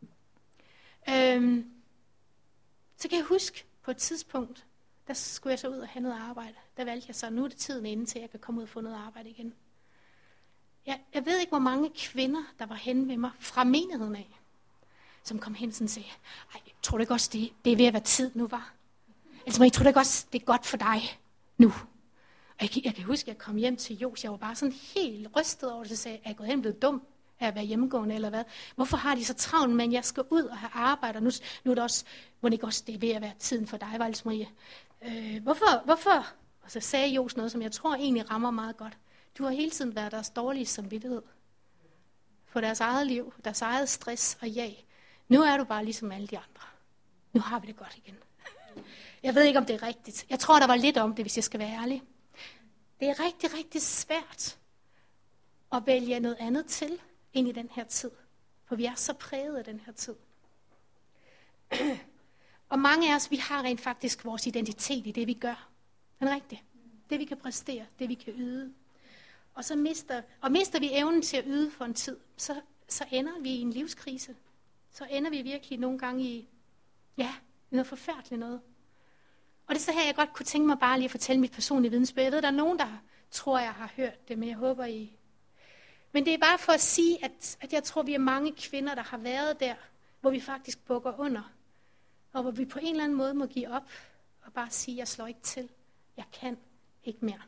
Så kan jeg huske, på et tidspunkt, der skulle jeg så ud og have noget arbejde. Der valgte jeg så, nu er det tiden inde til, at jeg kan komme ud og få noget arbejde igen. Jeg ved ikke, hvor mange kvinder, der var henne ved mig fra menigheden af, som kom hen og sagde, ej, tror du ikke også, det er ved at være tid nu, var? Altså, jeg tror du ikke også, det er godt for dig nu? Og jeg kan huske, at jeg kom hjem til Jos, jeg var bare sådan helt rystet over det, så sagde, er jeg gået hen blevet dum af at være hjemmegående, eller hvad? Hvorfor har de så travlt, men jeg skal ud og have arbejde, og nu er det også, må det ikke også, det er ved at være tiden for dig, Vejles Marie? Hvorfor? Og så sagde Jos noget, som jeg tror egentlig rammer meget godt. Du har hele tiden været deres dårlige samvittighed for deres eget liv, deres eget stress og jag. Nu er du bare ligesom alle de andre. Nu har vi det godt igen. Jeg ved ikke, om det er rigtigt. Jeg tror, der var lidt om det, hvis jeg skal være ærlig. Det er rigtig, rigtig svært at vælge noget andet til ind i den her tid. For vi er så præget af den her tid. Og mange af os, vi har rent faktisk vores identitet i det, vi gør. Det er rigtigt. Det, vi kan præstere, det, vi kan yde. Og så mister vi evnen til at yde for en tid, så ender vi i en livskrise. Så ender vi virkelig nogle gange i noget forfærdeligt noget. Og det er så her, jeg godt kunne tænke mig bare lige at fortælle mit personlige vidensbyrd. Jeg ved, der er nogen, der tror, jeg har hørt det, men jeg håber I. Men det er bare for at sige, at jeg tror, vi er mange kvinder, der har været der, hvor vi faktisk bukker under. Og hvor vi på en eller anden måde må give op og bare sige, jeg slår ikke til. Jeg kan ikke mere.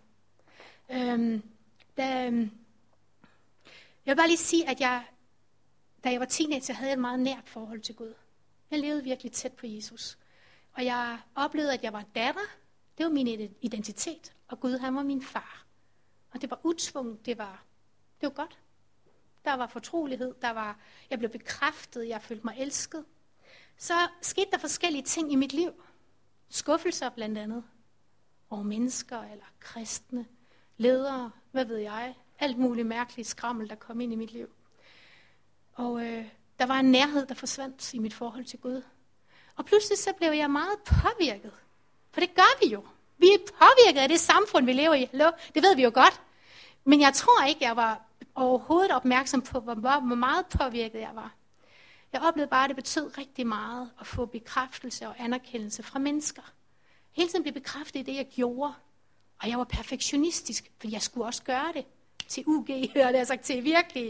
Jeg vil bare lige sige, at da jeg var teenager, havde jeg et meget nært forhold til Gud. Jeg levede virkelig tæt på Jesus. Og jeg oplevede, at jeg var datter. Det var min identitet. Og Gud, han var min far. Og det var utvunget. Det var godt. Der var fortrolighed. Jeg blev bekræftet. Jeg følte mig elsket. Så skete der forskellige ting i mit liv. Skuffelser blandt andet. Over mennesker eller kristne. Ledere. Hvad ved jeg. Alt muligt mærkeligt skrammel, der kom ind i mit liv. Og der var en nærhed, der forsvandt i mit forhold til Gud. Og pludselig så blev jeg meget påvirket. For det gør vi jo. Vi er påvirket af det samfund, vi lever i. Hallo? Det ved vi jo godt. Men jeg tror ikke, jeg var overhovedet opmærksom på, hvor meget påvirket jeg var. Jeg oplevede bare, at det betød rigtig meget at få bekræftelse og anerkendelse fra mennesker. Hele tiden blev bekræftet i det, jeg gjorde. Og jeg var perfektionistisk, for jeg skulle også gøre det. Til UG, og det har sagt til virkelig.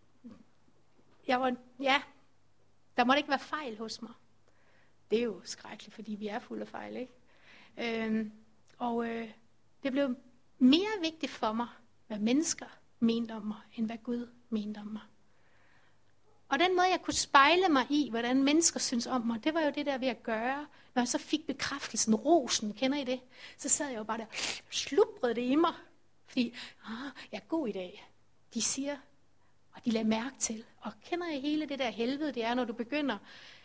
Der måtte ikke være fejl hos mig. Det er jo skrækkeligt, fordi vi er fulde af fejl, ikke? Det blev mere vigtigt for mig, hvad mennesker mente om mig, end hvad Gud mente om mig. Og den måde, jeg kunne spejle mig i, hvordan mennesker synes om mig, det var jo det der ved at gøre. Når jeg så fik bekræftelsen, rosen, kender I det? Så sad jeg jo bare der, slubrede det i mig. Fordi, jeg er god i dag. De siger, og de lader mærke til. Og kender I hele det der helvede, det er, når du begynder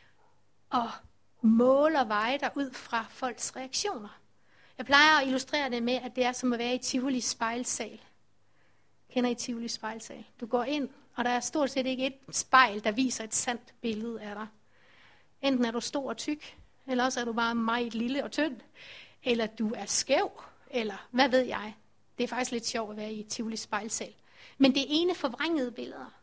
at måle og veje dig ud fra folks reaktioner. Jeg plejer at illustrere det med, at det er som at være i Tivoli spejlsal. Kender I Tivoli spejlsal? Du går ind, og der er stort set ikke et spejl, der viser et sandt billede af dig. Enten er du stor og tyk, eller også er du bare meget lille og tynd, eller du er skæv, eller hvad ved jeg. Det er faktisk lidt sjovt at være i Tivoli spejlsal. Men det er ene forvrængede billeder.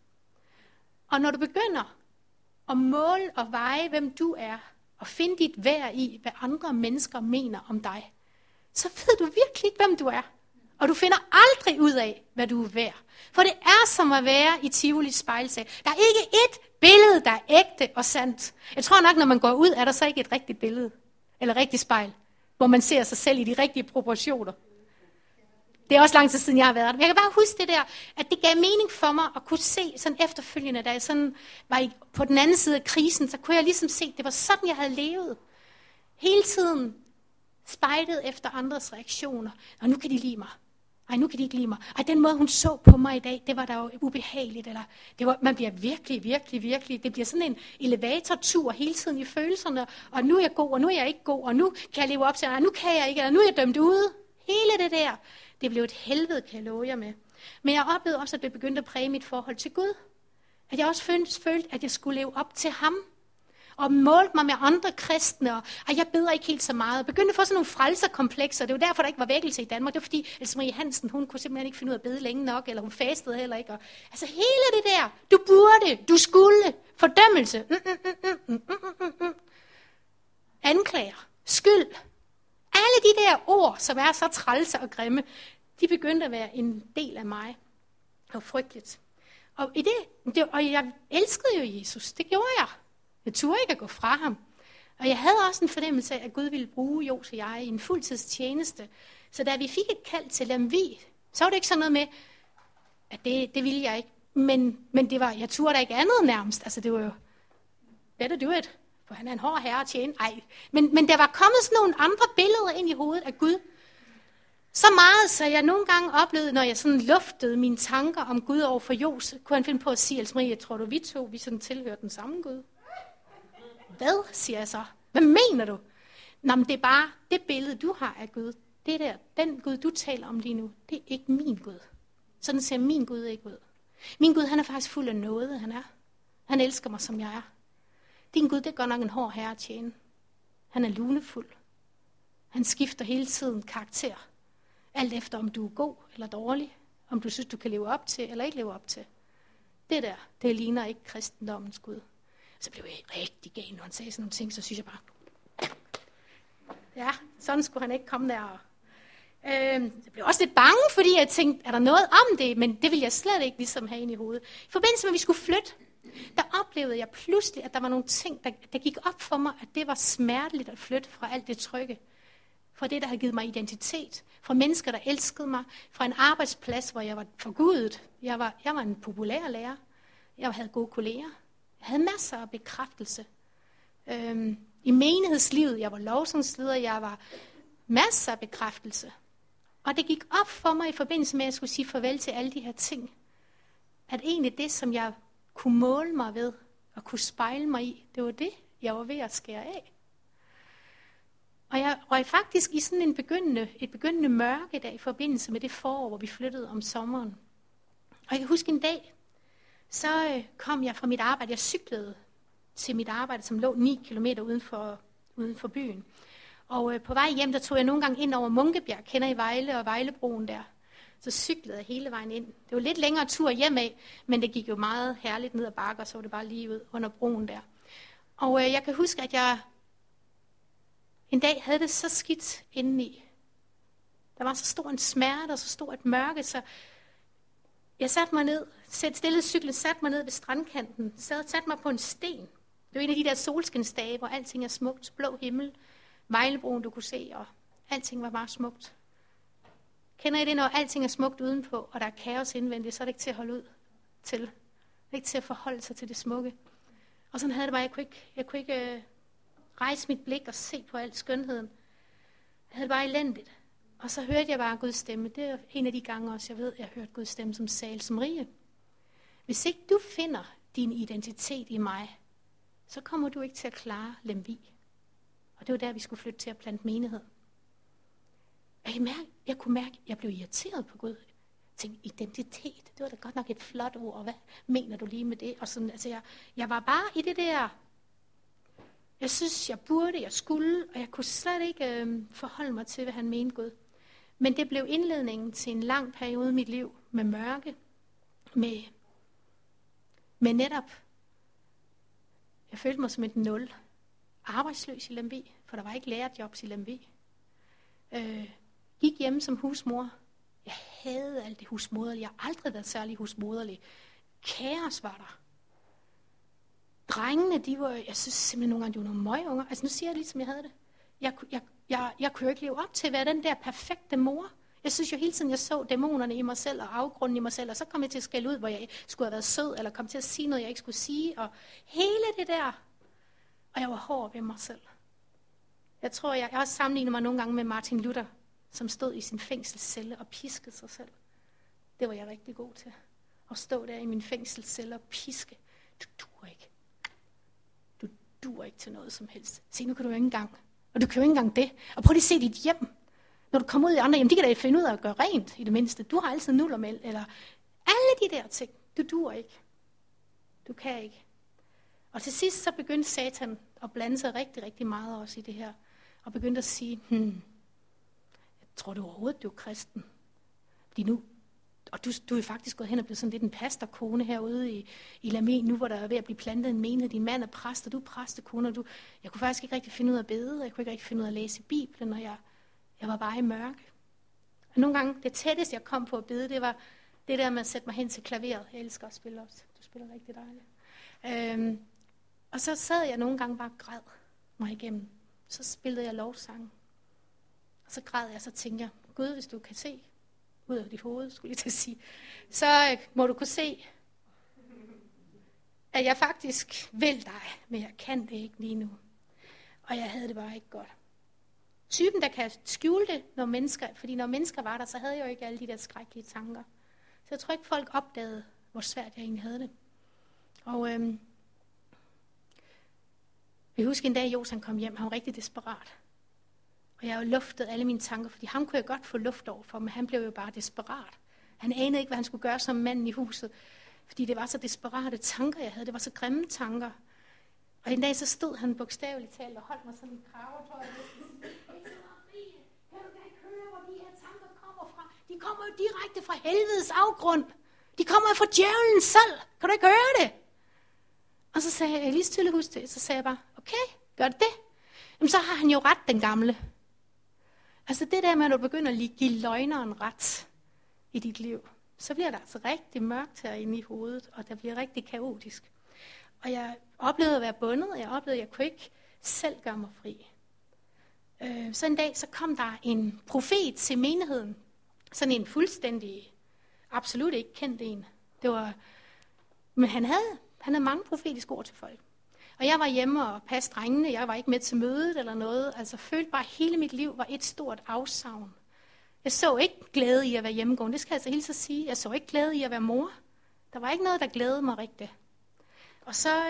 Og når du begynder at måle og veje, hvem du er, og finde dit værd i, hvad andre mennesker mener om dig, så ved du virkelig ikke, hvem du er. Og du finder aldrig ud af, hvad du er værd. For det er som at være i Tivoli spejlsal. Der er ikke et billede, der er ægte og sandt. Jeg tror nok, når man går ud, er der så ikke et rigtigt billede, eller rigtigt spejl, hvor man ser sig selv i de rigtige proportioner. Det er også lang tid siden, jeg har været der. Men jeg kan bare huske det der, at det gav mening for mig at kunne se sådan efterfølgende, da jeg sådan var på den anden side af krisen, så kunne jeg ligesom se, at det var sådan, jeg havde levet. Hele tiden spejlet efter andres reaktioner. Og nu kan de lide mig. Ej, nu kan de ikke lide mig. Ej, den måde, hun så på mig i dag, det var da jo ubehageligt. Eller man bliver virkelig. Det bliver sådan en elevatortur hele tiden i følelserne. Og nu er jeg god, og nu er jeg ikke god. Og nu kan jeg leve op til, og nu kan jeg ikke. Eller nu er jeg dømt ude. Hele det der. Det blev et helvede, kan jeg love jer med. Men jeg oplevede også, at det begyndte at præge mit forhold til Gud. At jeg også følte, at jeg skulle leve op til ham. Og målte mig med andre kristne, og jeg beder ikke helt så meget. Begyndte at få sådan nogle frelserkomplekser. Det var derfor, der ikke var vækkelse i Danmark. Det var fordi, Else Marie Hansen, hun kunne simpelthen ikke finde ud af at bede længe nok, eller hun fastede heller ikke. Og, altså hele det der, du burde, du skulle, fordømmelse, anklager, skyld. Alle de der ord, som er så trælse og grimme, de begyndte at være en del af mig. Det var frygteligt. Og jeg elskede jo Jesus. Det gjorde jeg. Jeg turde ikke at gå fra ham. Og jeg havde også en fornemmelse af, at Gud ville bruge Jos og jeg i en fuldtidstjeneste. Så da vi fik et kald til Lemvig, så var det ikke sådan noget med, at det ville jeg ikke. Men det var, jeg turde da ikke andet nærmest. Altså det var jo, better do it. For han er en hård herre at tjene. Ej. Men der var kommet sådan nogle andre billeder ind i hovedet af Gud. Så meget, så jeg nogle gange oplevede, når jeg sådan luftede mine tanker om Gud over for Jos, kunne han finde på at sige, Else Marie, tror du, vi sådan tilhører den samme Gud? Hvad, siger jeg så? Hvad mener du? Nå, men det er bare det billede, du har af Gud. Det der, den Gud, du taler om lige nu, det er ikke min Gud. Sådan ser min Gud ikke ud. Min Gud, han er faktisk fuld af nåde, han er. Han elsker mig, som jeg er. Din Gud, det er godt nok en hård herre at tjene. Han er lunefuld. Han skifter hele tiden karakter. Alt efter, om du er god eller dårlig. Om du synes, du kan leve op til eller ikke leve op til. Det der, det ligner ikke kristendommens Gud. Så blev jeg rigtig gal, når han sagde sådan nogle ting, så synes jeg bare, ja, sådan skulle han ikke komme der. Jeg blev også lidt bange, fordi jeg tænkte, er der noget om det? Men det ville jeg slet ikke ligesom have ind i hovedet. I forbindelse med, at vi skulle flytte, der oplevede jeg pludselig, at der var nogle ting, der gik op for mig, at det var smerteligt at flytte fra alt det trygge. Fra det, der havde givet mig identitet. Fra mennesker, der elskede mig. Fra en arbejdsplads, hvor jeg var forgudet. Jeg var en populær lærer. Jeg havde gode kolleger. Jeg havde masser af bekræftelse. I menighedslivet, jeg var lovsangsleder, jeg var masser af bekræftelse. Og det gik op for mig i forbindelse med, at jeg skulle sige farvel til alle de her ting. At egentlig det, som jeg kunne måle mig ved, og kunne spejle mig i, det var det, jeg var ved at skære af. Og jeg røg faktisk i sådan et begyndende mørke dag i forbindelse med det forår, hvor vi flyttede om sommeren. Og jeg kan huske en dag, så kom jeg fra mit arbejde. Jeg cyklede til mit arbejde, som lå 9 kilometer uden for byen. Og på vej hjem, der tog jeg nogle gange ind over Munkebjerg, kender I Vejle og Vejlebroen der. Så cyklede jeg hele vejen ind. Det var lidt længere tur hjem af, men det gik jo meget herligt ned ad bakker, så var det bare lige ud under broen der. Og jeg kan huske, at jeg en dag havde det så skidt indeni. Der var så stor en smerte og så stor et mørke, så jeg satte mig ned, stillede cyklen, satte mig ned ved strandkanten, satte mig på en sten. Det var en af de der solskinsdage, hvor alting er smukt, blå himmel, Vejlebroen du kunne se, og alting var bare smukt. Kender I det, når alting er smukt udenpå, og der er kaos indvendigt, så er det ikke til at holde ud til. Det er ikke til at forholde sig til det smukke. Og sådan havde det bare, jeg kunne ikke rejse mit blik og se på al skønheden. Jeg havde det bare elendigt. Og så hørte jeg bare Guds stemme. Det er en af de gange også, jeg ved, jeg har hørt Guds stemme som sagde, Else Marie. Hvis ikke du finder din identitet i mig, så kommer du ikke til at klare Lemvig. Og det var der, vi skulle flytte til at plante menighed. Jeg kunne mærke, at jeg blev irriteret på Gud. Jeg tænkte, identitet, det var da godt nok et flot ord, og hvad mener du lige med det? Og sådan, altså jeg var bare i det der, jeg synes, jeg burde, jeg skulle, og jeg kunne slet ikke forholde mig til, hvad han mente Gud. Men det blev indledningen til en lang periode i mit liv med mørke, med netop, jeg følte mig som et nul. Arbejdsløs i Lemvig, for der var ikke lærerjobs i Lemvig. Gik hjemme som husmor. Jeg havde alt det husmoderlige. Jeg har aldrig været særlig husmoderlig. Kaos var der. Drengene, jeg synes simpelthen nogle gange, de var nogle møgunger. Altså nu siger jeg lige, som jeg havde det. Jeg kunne jo ikke leve op til at være den der perfekte mor. Jeg synes jo hele tiden, jeg så dæmonerne i mig selv og afgrunden i mig selv, og så kom jeg til at skælde ud, hvor jeg skulle have været sød, eller kom til at sige noget, jeg ikke skulle sige, og hele det der. Og jeg var hård ved mig selv. Jeg tror, jeg også sammenligner mig nogle gange med Martin Luther, som stod i sin fængselscelle og piskede sig selv. Det var jeg rigtig god til. At stå der i min fængselscelle og piske. Du duer ikke. Du duer ikke til noget som helst. Se, nu kan du jo ikke engang. Og du kan jo ikke engang det. Og prøv lige at se dit hjem. Når du kommer ud i andre hjem, de kan da finde ud af at gøre rent i det mindste. Du har altid nul og meld. Eller alle de der ting. Du duer ikke. Du kan ikke. Og til sidst så begyndte Satan at blande sig rigtig, rigtig meget også i det her. Og begyndte at sige, jeg tror du overhovedet, du er kristen. Fordi nu, og du er faktisk gået hen og blevet sådan lidt en pastorkone herude i Lamé, nu hvor der er ved at blive plantet en menighed. Din mand er præst, og du er præstekone, og jeg kunne faktisk ikke rigtig finde ud af at bede, jeg kunne ikke rigtig finde ud af at læse Bibelen, og jeg var bare i mørke. Og nogle gange, det tætteste jeg kom på at bede, det Det der med at sætte mig hen til klaveret. Jeg elsker at spille også. Du spiller rigtig dejligt. Og så sad jeg nogle gange bare og græd mig igennem. Så spillede jeg lovsange. Og så græd jeg, så tænkte jeg, Gud, hvis du kan se ud af dit hoved, skulle jeg til at sige, så må du kunne se, at jeg faktisk vil dig, men jeg kan det ikke lige nu. Og jeg havde det bare ikke godt. Typen, der kan skjule det, fordi når mennesker var der, så havde jeg jo ikke alle de der skrækkelige tanker. Så jeg tror ikke, folk opdagede, hvor svært jeg egentlig havde det. Og jeg husker en dag, Jos han kom hjem, han var rigtig desperat. Og jeg har jo luftet alle mine tanker, fordi ham kunne jeg godt få luft over for, men han blev jo bare desperat. Han anede ikke, hvad han skulle gøre som manden i huset, fordi det var så desperate tanker, jeg havde. Det var så grimme tanker. Og en dag så stod han bogstaveligt talt og holdt mig sådan en kravetøj. Kan du da ikke høre, hvor de her tanker kommer fra? De kommer jo direkte fra helvedes afgrund. De kommer fra djævlen selv. Kan du ikke høre det? Og så sagde jeg lige stille husk det. Så sagde jeg bare, okay, gør det? Jamen så har han jo ret, den gamle. Altså det der med, at du begynder at give løgneren ret i dit liv, så bliver der altså rigtig mørkt herinde i hovedet, og der bliver rigtig kaotisk. Og jeg oplevede at være bundet, og jeg oplevede, at jeg kunne ikke selv gøre mig fri. Så en dag, så kom der en profet til menigheden. Sådan en fuldstændig, absolut ikke kendt en. Men han havde mange profetiske ord til folk. Og jeg var hjemme og passede drengene. Jeg var ikke med til mødet eller noget. Altså følte bare, at hele mit liv var et stort afsavn. Jeg så ikke glæde i at være hjemmegående. Det skal jeg altså hilse at sige. Jeg så ikke glæde i at være mor. Der var ikke noget, der glædede mig rigtigt. Og så,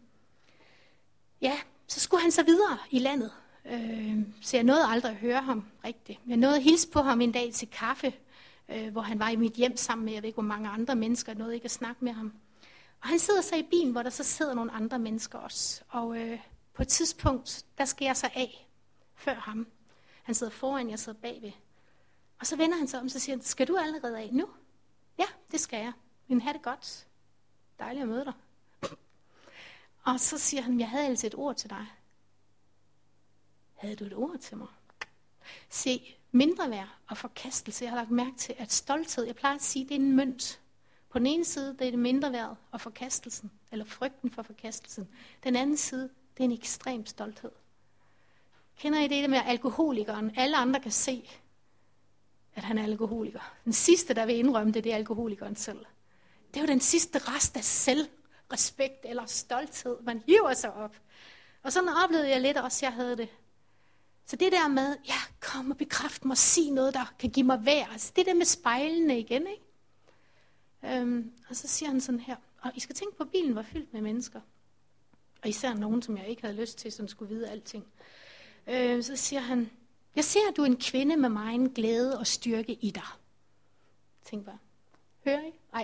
så skulle han så videre i landet. Så jeg nåede aldrig at høre ham rigtigt. Jeg nåede at hilse på ham en dag til kaffe, hvor han var i mit hjem sammen med, jeg ved ikke, hvor mange andre mennesker. Jeg nåede ikke at snakke med ham. Og han sidder så i bilen, hvor der så sidder nogle andre mennesker også. Og på et tidspunkt, der skal jeg så af før ham. Han sidder foran, jeg sidder bagved. Og så vender han sig om, og så siger han, skal du allerede af nu? Ja, det skal jeg. Men have det godt. Dejligt at møde dig. Og så siger han, jeg havde altså et ord til dig. Havde du et ord til mig? Se, mindreværd og forkastelse. Jeg har lagt mærke til, at stolthed, jeg plejer at sige, det er en mønt. På den ene side, det er det mindreværd og forkastelsen, eller frygten for forkastelsen. Den anden side, det er en ekstrem stolthed. Kender I det med alkoholikeren? Alle andre kan se, at han er alkoholiker. Den sidste, der vil indrømme det, det er alkoholikeren selv. Det er jo den sidste rest af selvrespekt eller stolthed. Man hiver sig op. Og sådan oplevede jeg lidt også, jeg havde det. Så det der med, ja, kom og bekræft mig, sig noget, der kan give mig vejr. Altså det der med spejlene igen, ikke? Og så siger han sådan her, og I skal tænke på, at bilen var fyldt med mennesker. Og især nogen, som jeg ikke havde lyst til, som skulle vide alting. Så siger han, jeg ser, at du er en kvinde med megen glæde og styrke i dig. Tænk bare, hører I? Nej.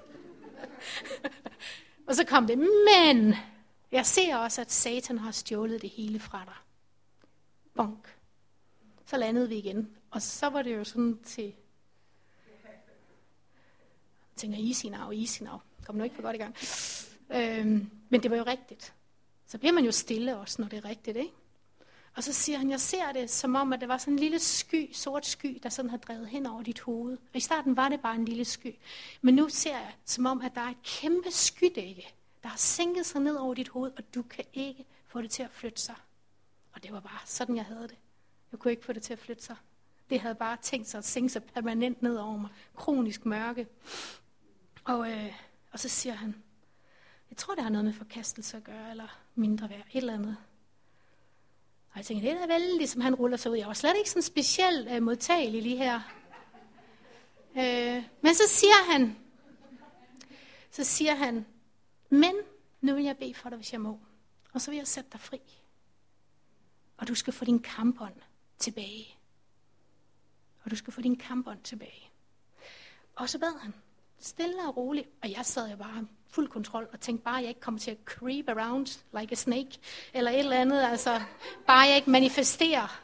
Og så kom det, men jeg ser også, at Satan har stjålet det hele fra dig. Bonk. Så landede vi igen. Og så var det jo sådan til, jeg tænker, easy now. Kom nu ikke for godt i gang. Men det var jo rigtigt. Så bliver man jo stille også, når det er rigtigt, ikke? Og så siger han, jeg ser det som om, at det var sådan en lille sky, sort sky, der sådan har drevet hen over dit hoved. Og i starten var det bare en lille sky. Men nu ser jeg som om, at der er et kæmpe skydække, der har sænket sig ned over dit hoved, og du kan ikke få det til at flytte sig. Og det var bare sådan, jeg havde det. Jeg kunne ikke få det til at flytte sig. Det havde bare tænkt sig at sænke sig permanent ned over mig. Kronisk mørke. Og så siger han, jeg tror, det har noget med forkastelse at gøre, eller mindre værd, et eller andet. Og jeg tænker, det er vældig, som han ruller sig ud. Jeg var slet ikke sådan specielt modtagelig lige her. Men så siger han, men nu vil jeg bede for dig, hvis jeg må. Og så vil jeg sætte dig fri. Og du skal få din kampånd tilbage. Og så bad han, stille og roligt. Og jeg sad jo bare fuld kontrol og tænkte bare, at jeg ikke kommer til at creep around like a snake. Eller et eller andet. Altså, bare jeg ikke manifesterer.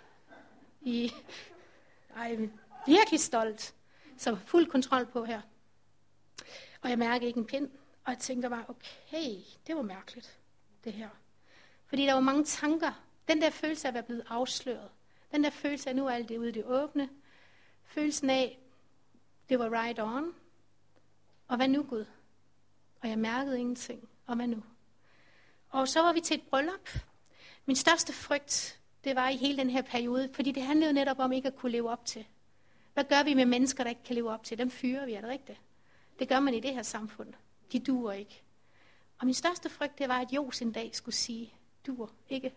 Virkelig stolt. Så fuld kontrol på her. Og jeg mærker ikke en pind. Og jeg tænker bare, okay, det var mærkeligt, det her. Fordi der var mange tanker. Den der følelse af at være blevet afsløret. Den der følelse af, nu er alt det ude i det åbne. Følelsen af, det var right on. Og hvad nu, Gud? Og jeg mærkede ingenting. Og hvad nu? Og så var vi til et bryllup. Min største frygt, det var i hele den her periode, fordi det handlede jo netop om ikke at kunne leve op til. Hvad gør vi med mennesker, der ikke kan leve op til? Dem fyrer vi, er det rigtigt? Det gør man i det her samfund. De duer ikke. Og min største frygt, det var, at Jos en dag skulle sige, duer ikke.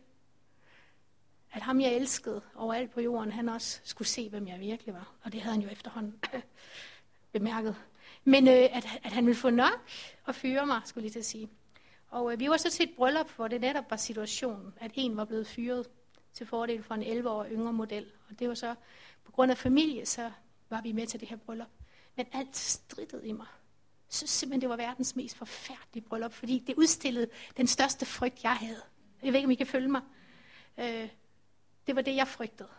At ham, jeg elskede overalt på jorden, han også skulle se, hvem jeg virkelig var. Og det havde han jo efterhånden bemærket. Men at han ville få nok at fyre mig, skulle jeg lige til at sige. Og vi var så til et bryllup, hvor det netop var situationen, at en var blevet fyret til fordel for en 11 år yngre model. Og det var så, på grund af familie, så var vi med til det her bryllup. Men alt strittede i mig. Jeg synes simpelthen, det var verdens mest forfærdelige bryllup, fordi det udstillede den største frygt, jeg havde. Jeg ved ikke, om I kan følge mig. Det var det, jeg frygtede.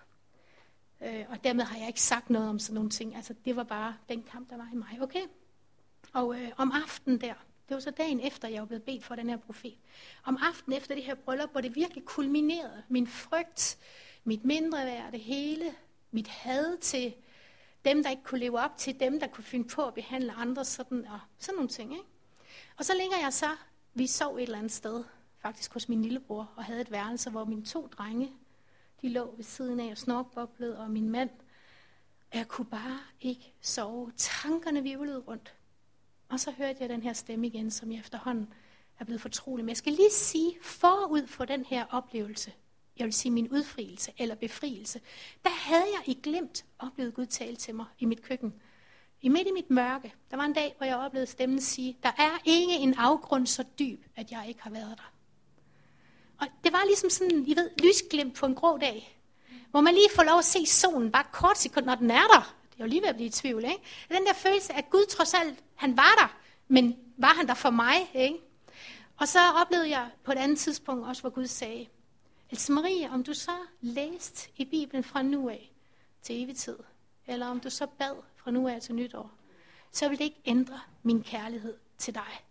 Og dermed har jeg ikke sagt noget om sådan nogle ting. Altså, det var bare den kamp, der var i mig. Okay? Og om aftenen der, det var så dagen efter, jeg var blevet bedt for den her profet. Om aftenen efter det her bryllup, hvor det virkelig kulminerede. Min frygt, mit mindreværd, det hele, mit had til dem, der ikke kunne leve op til, dem, der kunne finde på at behandle andre sådan, og sådan nogle ting. Ikke? Og så ligger jeg så, vi sov et eller andet sted, faktisk hos min lillebror, og havde et værelse, hvor mine 2 drenge, de lå ved siden af og snorkboblede, og min mand, jeg kunne bare ikke sove. Tankerne virvlede rundt. Og så hørte jeg den her stemme igen, som jeg efterhånden er blevet fortrolig med. Jeg skal lige sige, forud for den her oplevelse, jeg vil sige min udfrielse eller befrielse, der havde jeg i glimt oplevet Gud tale til mig i mit køkken. Midt i mit mørke, der var en dag, hvor jeg oplevede stemmen sige, der er ikke en afgrund så dyb, at jeg ikke har været der. Og det var ligesom sådan, I ved, lysglimt på en grå dag, hvor man lige får lov at se solen bare kort sekund, når den er der. Det er jo lige ved at blive i tvivl, ikke? Den der følelse, at Gud trods alt, han var der, men var han der for mig, ikke? Og så oplevede jeg på et andet tidspunkt også, hvor Gud sagde, Else Marie, om du så læste i Bibelen fra nu af til evig tid, eller om du så bad fra nu af til nytår, så vil det ikke ændre min kærlighed til dig.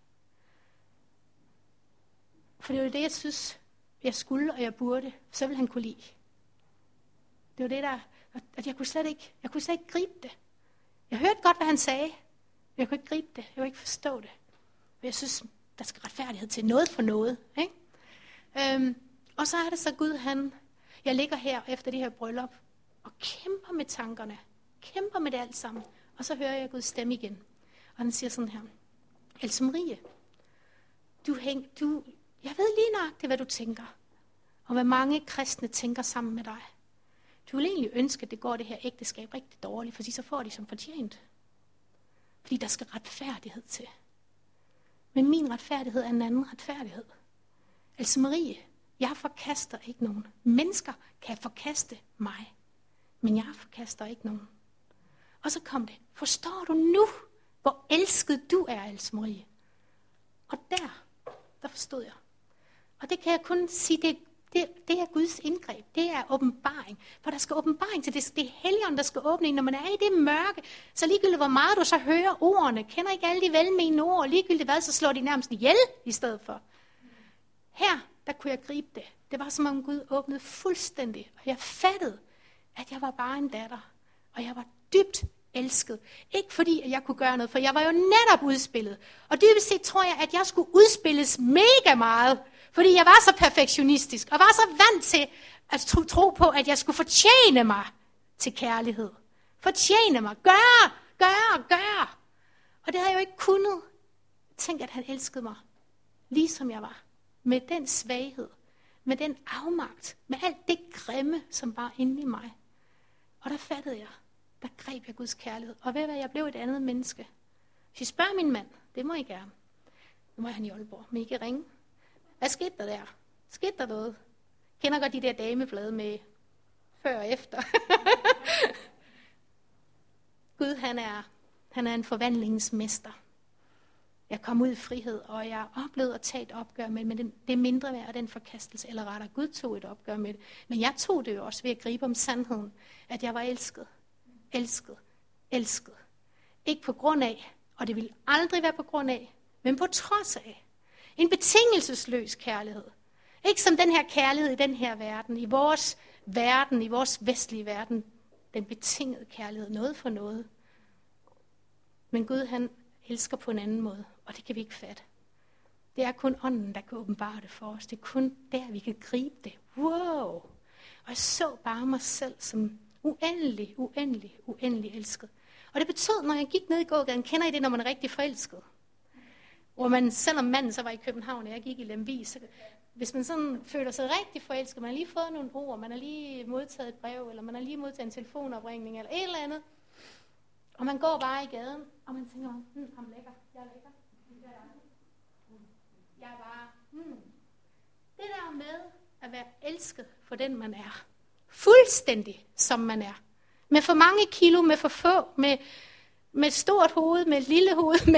For det var det, jeg synes, jeg skulle og jeg burde, så ville han kunne lide. Det var det, der, at jeg kunne slet ikke gribe det. Jeg hørte godt, hvad han sagde, men jeg kunne ikke gribe det, jeg kunne ikke forstå det. Og jeg synes, der skal retfærdighed til noget for noget, ikke? Og så er det så Gud, jeg ligger her efter det her bryllup, og kæmper med tankerne, kæmper med det alt sammen. Og så hører jeg Guds stemme igen, og han siger sådan her, Else Marie, jeg ved lige nøjagtigt, hvad du tænker, og hvad mange kristne tænker sammen med dig. Du vil egentlig ønske, at det går det her ægteskab rigtig dårligt, fordi så får de som fortjent. Fordi der skal retfærdighed til. Men min retfærdighed er en anden retfærdighed. Else Marie, jeg forkaster ikke nogen. Mennesker kan forkaste mig, men jeg forkaster ikke nogen. Og så kom det. Forstår du nu, hvor elsket du er, Else Marie? Og der forstod jeg. Og det kan jeg kun sige, det er Guds indgreb. Det er åbenbaring. For der skal åbenbaring til det. Det er Helligånden, der skal åbne. Når man er i det mørke, så ligegyldigt hvor meget du så hører ordene, kender ikke alle de velmenende ord, og ligegyldigt hvad, så slår de nærmest ihjel i stedet for. Her, der kunne jeg gribe det. Det var som om Gud åbnede fuldstændig. Og jeg fattede, at jeg var bare en datter. Og jeg var dybt elsket. Ikke fordi, at jeg kunne gøre noget, for jeg var jo netop udspillet. Og dybest set tror jeg, at jeg skulle udspilles mega meget. Fordi jeg var så perfektionistisk, og var så vant til at tro på, at jeg skulle fortjene mig til kærlighed. Fortjene mig. Gøre. Og det havde jeg jo ikke kunnet. Tænk, at han elskede mig, ligesom jeg var. Med den svaghed, med den afmagt, med alt det grimme, som var inde i mig. Og der fattede jeg, der greb jeg Guds kærlighed. Og ved hvad, jeg blev et andet menneske. Hvis I spørger min mand, det må I gerne. Nu må han i Aalborg, men I kan ringe. Hvad skete der der? Skete der noget? Kender godt de der dameblade med før og efter. Gud, han er en forvandlingsmester. Jeg kom ud i frihed, og jeg oplevede at tage et opgør med det mindre værd og den forkastelse. Eller rettere, Gud tog et opgør med det. Men jeg tog det jo også ved at gribe om sandheden, at jeg var elsket. Elsket. Ikke på grund af, og det ville aldrig være på grund af, men på trods af. En betingelsesløs kærlighed. Ikke som den her kærlighed i den her verden, i vores vestlige verden. Den betingede kærlighed, noget for noget. Men Gud, han elsker på en anden måde, og det kan vi ikke fatte. Det er kun ånden, der kan åbenbare det for os. Det er kun der, vi kan gribe det. Wow! Og jeg så bare mig selv som uendelig elsket. Og det betød, når jeg gik ned i gågaden, kender I det, når man er rigtig forelsket? Hvor man, selvom manden så var i København, og jeg gik i Lemvig, så hvis man sådan føler sig rigtig forelsket, man har lige fået nogle ord, man har lige modtaget et brev, eller man har lige modtaget en telefonopringning, eller et eller andet, og man går bare i gaden, og man tænker, ham lækker, jeg er lækker, jeg er bare, Det der med at være elsket for den, man er, fuldstændig som man er, med for mange kilo, med for få, med stort hoved, med lille hoved,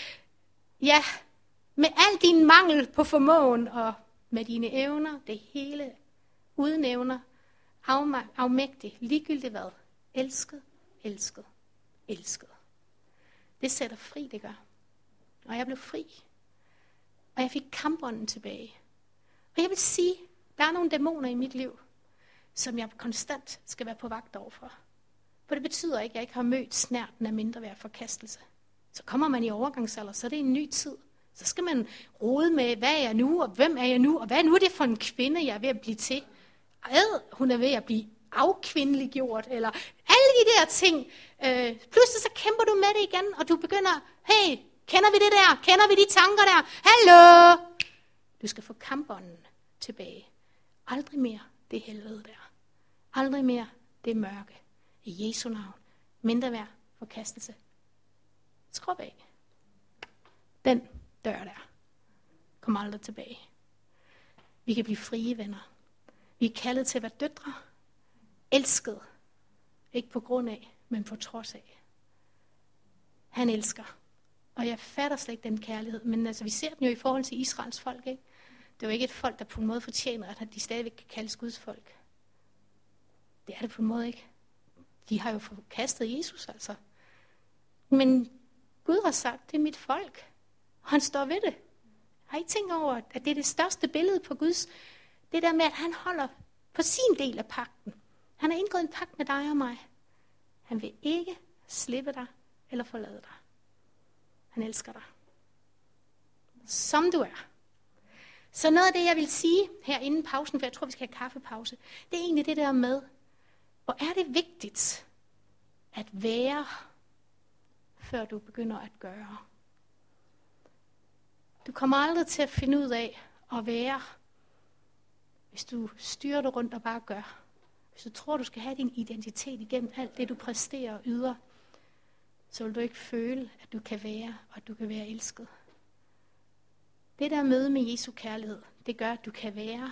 med al din mangel på formåen, og med dine evner, det hele, uden evner, afmægtig, ligegyldigt hvad, elsket. Det sætter fri, det gør. Og jeg blev fri. Og jeg fik kampånden tilbage. Og jeg vil sige, der er nogle dæmoner i mit liv, som jeg konstant skal være på vagt overfor. For det betyder ikke, at jeg ikke har mødt snærten af mindreværd forkastelse. Så kommer man i overgangsalder, så er det en ny tid. Så skal man rode med, hvad er jeg nu, og hvem er jeg nu, og hvad er nu det for en kvinde, jeg er ved at blive til. Hun er ved at blive afkvindeliggjort, eller alle de der ting. Pludselig så kæmper du med det igen, og du begynder, hey, kender vi det der? Kender vi de tanker der? Hallo! Du skal få kampånden tilbage. Aldrig mere det helvede der. Aldrig mere det mørke. I Jesu navn. Mindreværd, forkastelse. Skrub af. Den dør der. Kom aldrig tilbage. Vi kan blive frie venner. Vi er kaldet til at være døtre. Elsket. Ikke på grund af, men på trods af. Han elsker. Og jeg fatter slet ikke den kærlighed. Men altså, vi ser den jo i forhold til Israels folk. Ikke? Det er jo ikke et folk, der på en måde fortjener, at de stadigvæk kan kaldes Guds folk. Det er det på en måde ikke. De har jo forkastet Jesus, altså. Men Gud har sagt, det er mit folk. Og han står ved det. Har I tænkt over, at det er det største billede på Guds? Det der med, at han holder på sin del af pagten. Han har indgået en pagt med dig og mig. Han vil ikke slippe dig eller forlade dig. Han elsker dig. Som du er. Så noget af det, jeg vil sige her inden pausen, for jeg tror, vi skal have kaffepause, det er egentlig det der med, hvor er det vigtigt at være, før du begynder at gøre. Du kommer aldrig til at finde ud af at være, hvis du styrer dig rundt og bare gør. Hvis du tror, du skal have din identitet igennem alt det, du præsterer og yder, så vil du ikke føle, at du kan være, og at du kan være elsket. Det der møde med Jesu kærlighed, det gør, at du kan være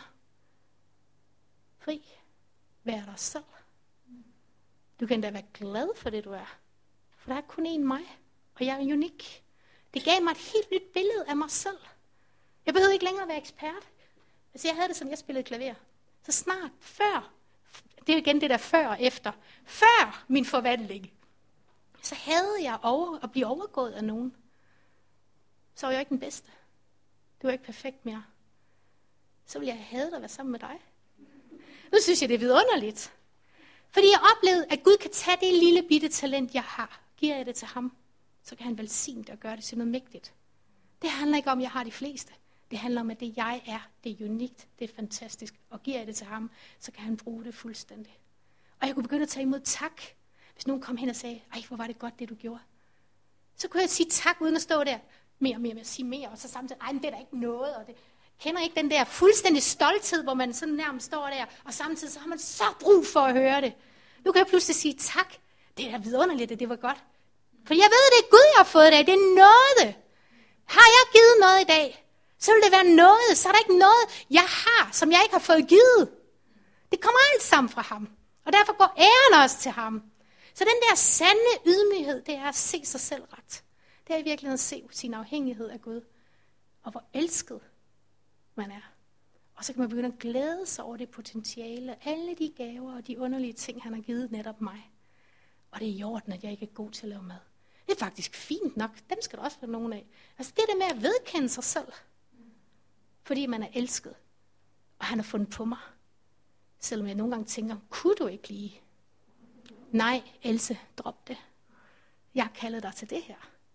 fri. Være dig selv. Du kan da være glad for det, du er. For der er kun én mig, og jeg er unik. Det gav mig et helt nyt billede af mig selv. Jeg behøvede ikke længere at være ekspert. Altså jeg havde det, som jeg spillede klaver. Så snart før, det er igen det der før og efter, før min forvandling, så havde jeg at blive overgået af nogen. Så var jeg ikke den bedste. Du er ikke perfekt mere. Så vil jeg have at være sammen med dig. Nu synes jeg, det er vidunderligt. Fordi jeg oplevede, at Gud kan tage det lille bitte talent, jeg har. Giver jeg det til ham, så kan han velsigne det og gøre det til noget mægtigt. Det handler ikke om, at jeg har de fleste. Det handler om, at det jeg er, det er unikt, det er fantastisk. Og giver jeg det til ham, så kan han bruge det fuldstændig. Og jeg kunne begynde at tage imod tak. Hvis nogen kom hen og sagde, ej, hvor var det godt, det du gjorde. Så kunne jeg sige tak, uden at stå der. Mere, sige mere. Og så samtidig, ej, men det er da ikke noget. Og det kender ikke den der fuldstændig stolthed, hvor man sådan nærmest står der. Og samtidig så har man så brug for at høre det. Nu kan jeg pludselig sige tak. Det er da vidunderligt, at det var godt. For jeg ved, det er Gud, jeg har fået i dag. Det er noget. Har jeg givet noget i dag, så vil det være noget. Så er der ikke noget, jeg har, som jeg ikke har fået givet. Det kommer alt sammen fra ham. Og derfor går æren også til ham. Så den der sande ydmyghed, det er at se sig selv ret. Det er i virkeligheden at se sin afhængighed af Gud. Og hvor elsket man er. Og så kan man begynde at glæde sig over det potentiale, alle de gaver og de underlige ting, han har givet netop mig. Og det er i orden, at jeg ikke er god til at lave mad. Det er faktisk fint nok. Dem skal der også være nogen af. Altså det der med at vedkende sig selv. Fordi man er elsket. Og han har fundet på mig. Selvom jeg nogle gange tænker, kunne du ikke lige? Nej, Else, drop det. Jeg har kaldet dig til det her.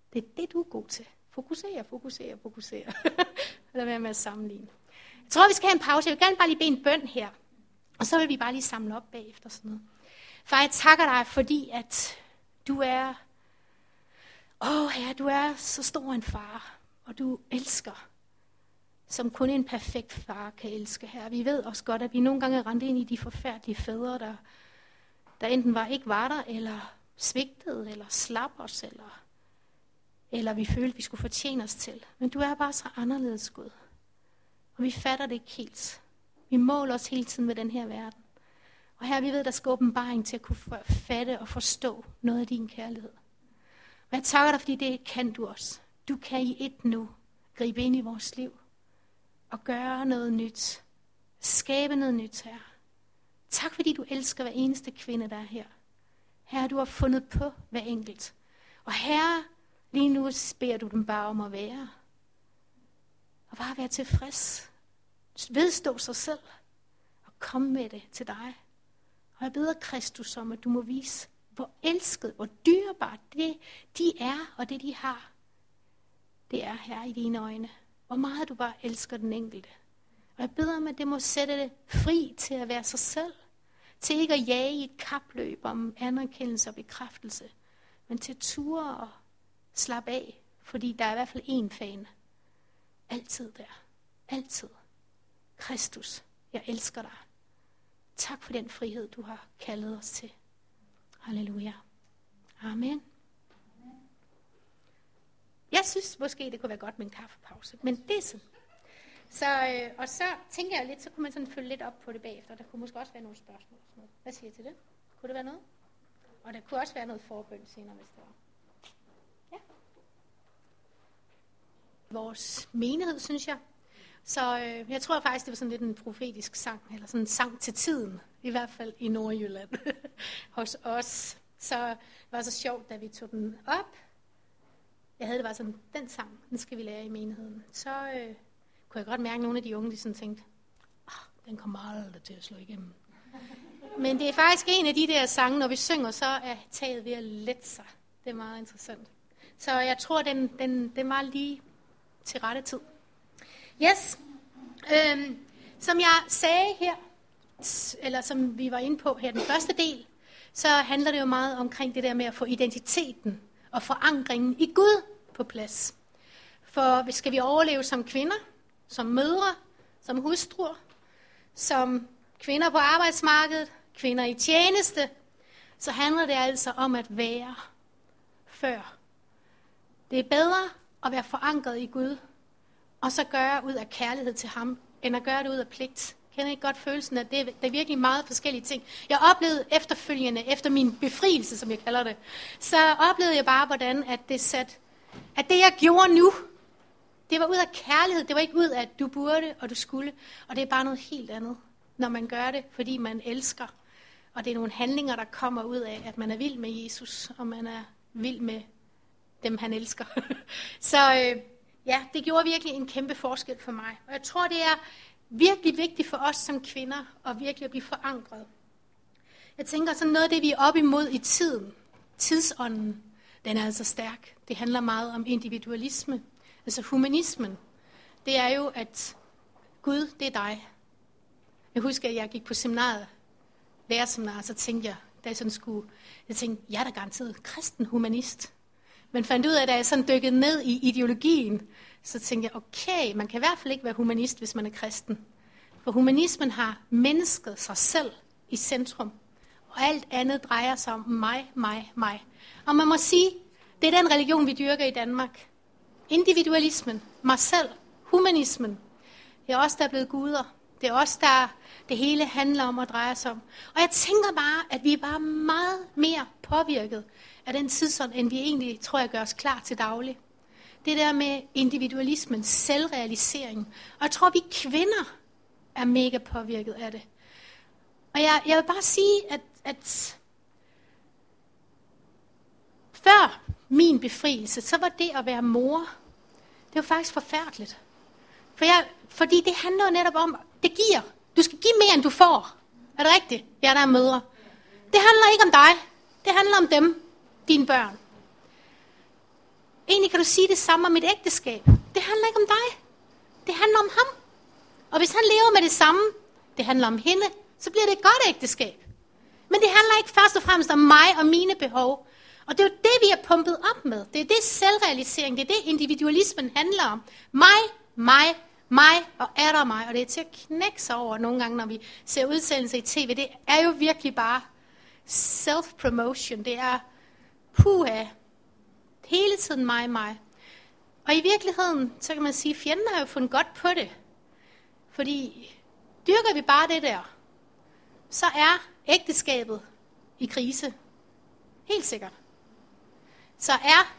Det er det, du er god til. Fokusere. Lad være med at sammenligne. Jeg tror, vi skal have en pause. Jeg vil gerne bare lige bede en bøn her. Og så vil vi bare lige samle op bagefter sådan noget. Far, jeg takker dig, fordi at du er... Herre, du er så stor en far. Og du elsker, som kun en perfekt far kan elske, Herre. Vi ved også godt, at vi nogle gange er rendt ind i de forfærdelige fædre, der enten ikke var der, eller svigtede, eller slap os, eller vi følte, vi skulle fortjene os til. Men du er bare så anderledes, Gud. Og vi fatter det ikke helt. Vi måler os hele tiden med den her verden. Og her vi ved, der skal åbenbaring til at kunne fatte og forstå noget af din kærlighed. Og jeg takker dig, fordi det kan du også. Du kan i et nu gribe ind i vores liv og gøre noget nyt. Skabe noget nyt, Herre. Tak, fordi du elsker hver eneste kvinde, der er her. Herre, du har fundet på hver enkelt. Og Herre, lige nu beder du dem bare om at være. Og bare være tilfreds. Vedstå sig selv. Og komme med det til dig. Og jeg beder Kristus om, at du må vise, hvor elsket, hvor dyrebart det de er, og det de har. Det er her i dine øjne. Hvor meget du bare elsker den enkelte. Og jeg beder om, at det må sætte det fri til at være sig selv. Til ikke at jage i et kapløb om anerkendelse og bekræftelse. Men til ture og slappe af. Fordi der er i hvert fald én fan. Altid der. Altid. Kristus, jeg elsker dig. Tak for den frihed, du har kaldet os til. Halleluja. Amen. Jeg synes måske, det kunne være godt med en kaffepause, men det er sådan. Og så tænker jeg lidt, så kunne man sådan følge lidt op på det bagefter. Der kunne måske også være nogle spørgsmål. Sådan noget. Hvad siger I til det? Kunne det være noget? Og der kunne også være noget forbøn senere, hvis det var. Ja. Vores menighed, synes jeg. Så jeg tror faktisk, det var sådan lidt en profetisk sang, eller sådan en sang til tiden, i hvert fald i Nordjylland, hos os. Så det var så sjovt, da vi tog den op. Jeg havde det bare sådan, den sang, den skal vi lære i menigheden. Så kunne jeg godt mærke, at nogle af de unge, de sådan tænkte, den kommer aldrig til at slå igennem. Men det er faktisk en af de der sange, når vi synger, så er taget ved at lette sig. Det er meget interessant. Så jeg tror, den var lige til rette tid. Yes. Som jeg sagde her, eller som vi var inde på her, den første del, så handler det jo meget omkring det der med at få identiteten og forankringen i Gud på plads. For skal vi overleve som kvinder, som mødre, som hustruer, som kvinder på arbejdsmarkedet, kvinder i tjeneste, så handler det altså om at være før. Det er bedre at være forankret i Gud, og så gøre ud af kærlighed til ham, end at gøre det ud af pligt. Kender I godt følelsen af det? Der er virkelig meget forskellige ting. Jeg oplevede efterfølgende, efter min befrielse, som jeg kalder det, så oplevede jeg bare, hvordan at det jeg gjorde nu, det var ud af kærlighed. Det var ikke ud af, at du burde, og du skulle. Og det er bare noget helt andet, når man gør det, fordi man elsker. Og det er nogle handlinger, der kommer ud af, at man er vild med Jesus, og man er vild med dem, han elsker. Så ja, det gjorde virkelig en kæmpe forskel for mig. Og jeg tror, det er virkelig vigtigt for os som kvinder, at virkelig at blive forankret. Jeg tænker sådan noget af det, vi er op imod i tiden. Tidsånden, den er altså stærk. Det handler meget om individualisme. Altså humanismen, det er jo, at Gud, det er dig. Jeg husker, at jeg gik på seminariet, lærerseminar, så tænkte jeg, da jeg sådan skulle, jeg er da garanteret kristen humanist. Men fandt ud af, da jeg sådan dykkede ned i ideologien, så tænkte jeg, okay, man kan i hvert fald ikke være humanist, hvis man er kristen. For humanismen har mennesket sig selv i centrum. Og alt andet drejer sig om mig. Og man må sige, det er den religion, vi dyrker i Danmark. Individualismen, mig selv, humanismen. Det er os, der er blevet guder. Det er os, der det hele handler om og drejer sig om. Og jeg tænker bare, at vi er bare meget mere påvirket af den tidsånd, end vi egentlig, tror jeg, gør os klar til daglig. Det der med individualismen, selvrealisering. Og jeg tror, vi kvinder er mega påvirket af det. Og jeg vil bare sige, at før min befrielse, så var det at være mor, det var faktisk forfærdeligt. Fordi det handler jo netop om, det giver. Du skal give mere, end du får. Er det rigtigt? Ja, der er mødre. Det handler ikke om dig. Det handler om dem, dine børn. Egentlig kan du sige det samme om et ægteskab. Det handler ikke om dig. Det handler om ham. Og hvis han lever med det samme, det handler om hende, så bliver det et godt ægteskab. Men det handler ikke først og fremmest om mig og mine behov. Og det er jo det, vi er pumpet op med. Det er det selvrealisering, det er det individualismen handler om. Mig og er der mig. Og det er til at knække sig over nogle gange, når vi ser udsendelser i tv. Det er jo virkelig bare self-promotion. Det er puha. Hele tiden mig. Og i virkeligheden, så kan man sige, at fjenden har jo fundet godt på det. Fordi dyrker vi bare det der, så er ægteskabet i krise. Helt sikkert. Så er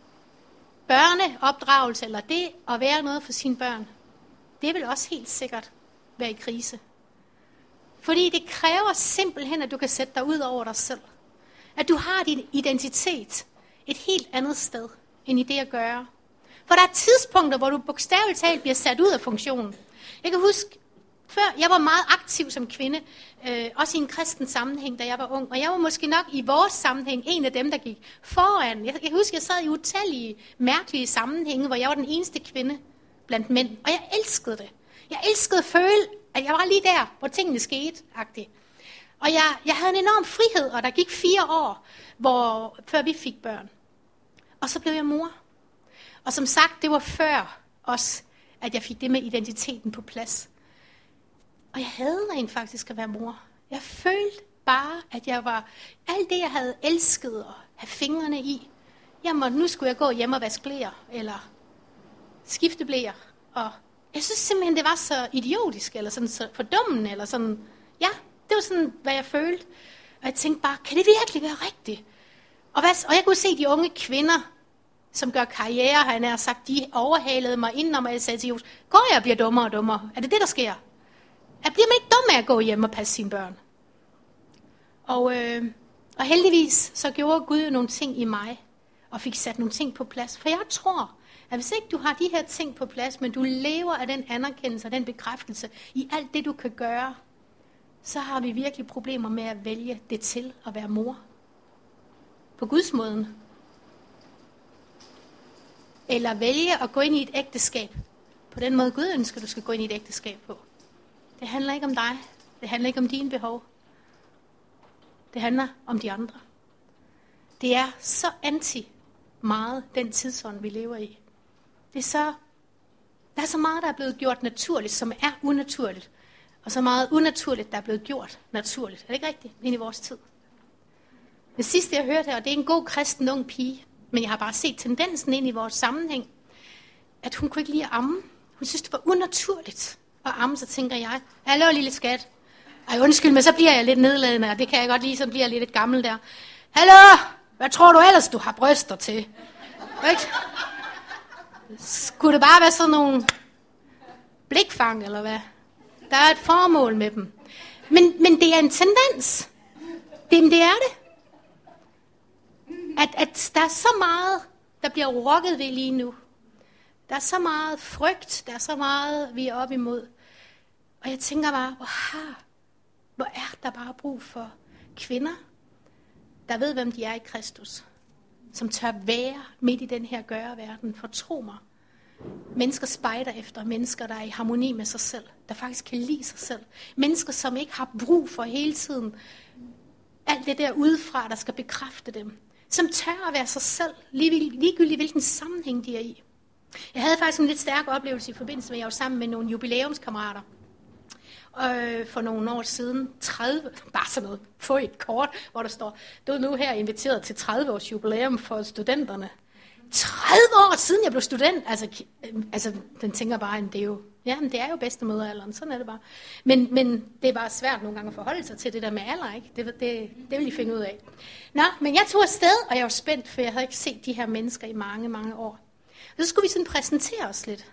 børneopdragelse, eller det at være noget for sine børn, det vil også helt sikkert være i krise. Fordi det kræver simpelthen, at du kan sætte dig ud over dig selv. At du har din identitet et helt andet sted, end i det at gøre. For der er tidspunkter, hvor du bogstaveligt talt bliver sat ud af funktionen. Jeg kan huske, før jeg var meget aktiv som kvinde, også i en kristen sammenhæng, da jeg var ung. Og jeg var måske nok i vores sammenhæng en af dem, der gik foran. Jeg kan huske, jeg sad i utallige mærkelige sammenhænge, hvor jeg var den eneste kvinde blandt mænd. Og jeg elskede det. Jeg elskede at føle, at jeg var lige der, hvor tingene skete. Og jeg havde en enorm frihed, og der gik 4 år, før vi fik børn. Og så blev jeg mor. Og som sagt, det var før også, at jeg fik det med identiteten på plads. Og jeg havde rent faktisk at være mor. Jeg følte bare, at jeg var alt det, jeg havde elsket og have fingrene i. Nu skulle jeg gå hjem og vaske bleer, eller skifte bleer. Og jeg synes simpelthen, det var så idiotisk, eller sådan så fordummende, eller sådan. Ja, det var sådan, hvad jeg følte. Og jeg tænkte bare, kan det virkelig være rigtigt? Og jeg kunne se de unge kvinder, som gør karriere, han har sagt, de overhalede mig inden, når jeg sagde til Jesus, går jeg og bliver dummere og dummere? Er det det, der sker? Bliver man ikke dum af at gå hjem og passe sine børn? Og heldigvis, så gjorde Gud jo nogle ting i mig, og fik sat nogle ting på plads. For jeg tror, at hvis ikke du har de her ting på plads, men du lever af den anerkendelse og den bekræftelse i alt det, du kan gøre, så har vi virkelig problemer med at vælge det til at være mor. På Guds måden. Eller vælge at gå ind i et ægteskab. På den måde Gud ønsker, du skal gå ind i et ægteskab på. Det handler ikke om dig. Det handler ikke om dine behov. Det handler om de andre. Det er så anti meget den tidsånd, vi lever i. Der er så meget, der er blevet gjort naturligt, som er unaturligt. Og så meget unaturligt, der er blevet gjort naturligt. Er det ikke rigtigt? Ind i vores tid. Det sidste, jeg hørte her, og det er en god kristen ung pige, men jeg har bare set tendensen ind i vores sammenhæng, at hun kunne ikke lide at amme. Hun synes, det var unaturligt at amme, så tænker jeg, hallo lille skat. Ej, undskyld, men så bliver jeg lidt nedladende, og det kan jeg godt lide, så bliver jeg lidt et gammel der. Hallo, hvad tror du ellers, du har bryster til? Ikke? Skulle det bare være sådan nogle blikfang, eller hvad? Der er et formål med dem. Men det er en tendens. Det er det. At der er så meget, der bliver rokket ved lige nu. Der er så meget frygt, der er så meget, vi er op imod. Og jeg tænker bare, hvor er der bare brug for kvinder, der ved, hvem de er i Kristus. Som tør være midt i den her gøreverden. For tro mig, mennesker spejder efter mennesker, der er i harmoni med sig selv. Der faktisk kan lide sig selv. Mennesker, som ikke har brug for hele tiden alt det der udefra, der skal bekræfte dem. Som tør at være sig selv, ligegyldigt hvilken sammenhæng de er i. Jeg havde faktisk en lidt stærk oplevelse i forbindelse med, at jeg var sammen med nogle jubilæumskammerater. For nogle år siden, 30, bare sådan noget, få et kort, hvor der står, du er nu her inviteret til 30 års jubilæum for studenterne. 30 år siden jeg blev student, altså den tænker bare, det er jo bedstemødrealderen, sådan er det bare. Men det er bare svært nogle gange at forholde sig til det der med alder, ikke? Det vil I finde ud af. Nå, men jeg tog afsted, og jeg var spændt, for jeg havde ikke set de her mennesker i mange, mange år. Og så skulle vi sådan præsentere os lidt.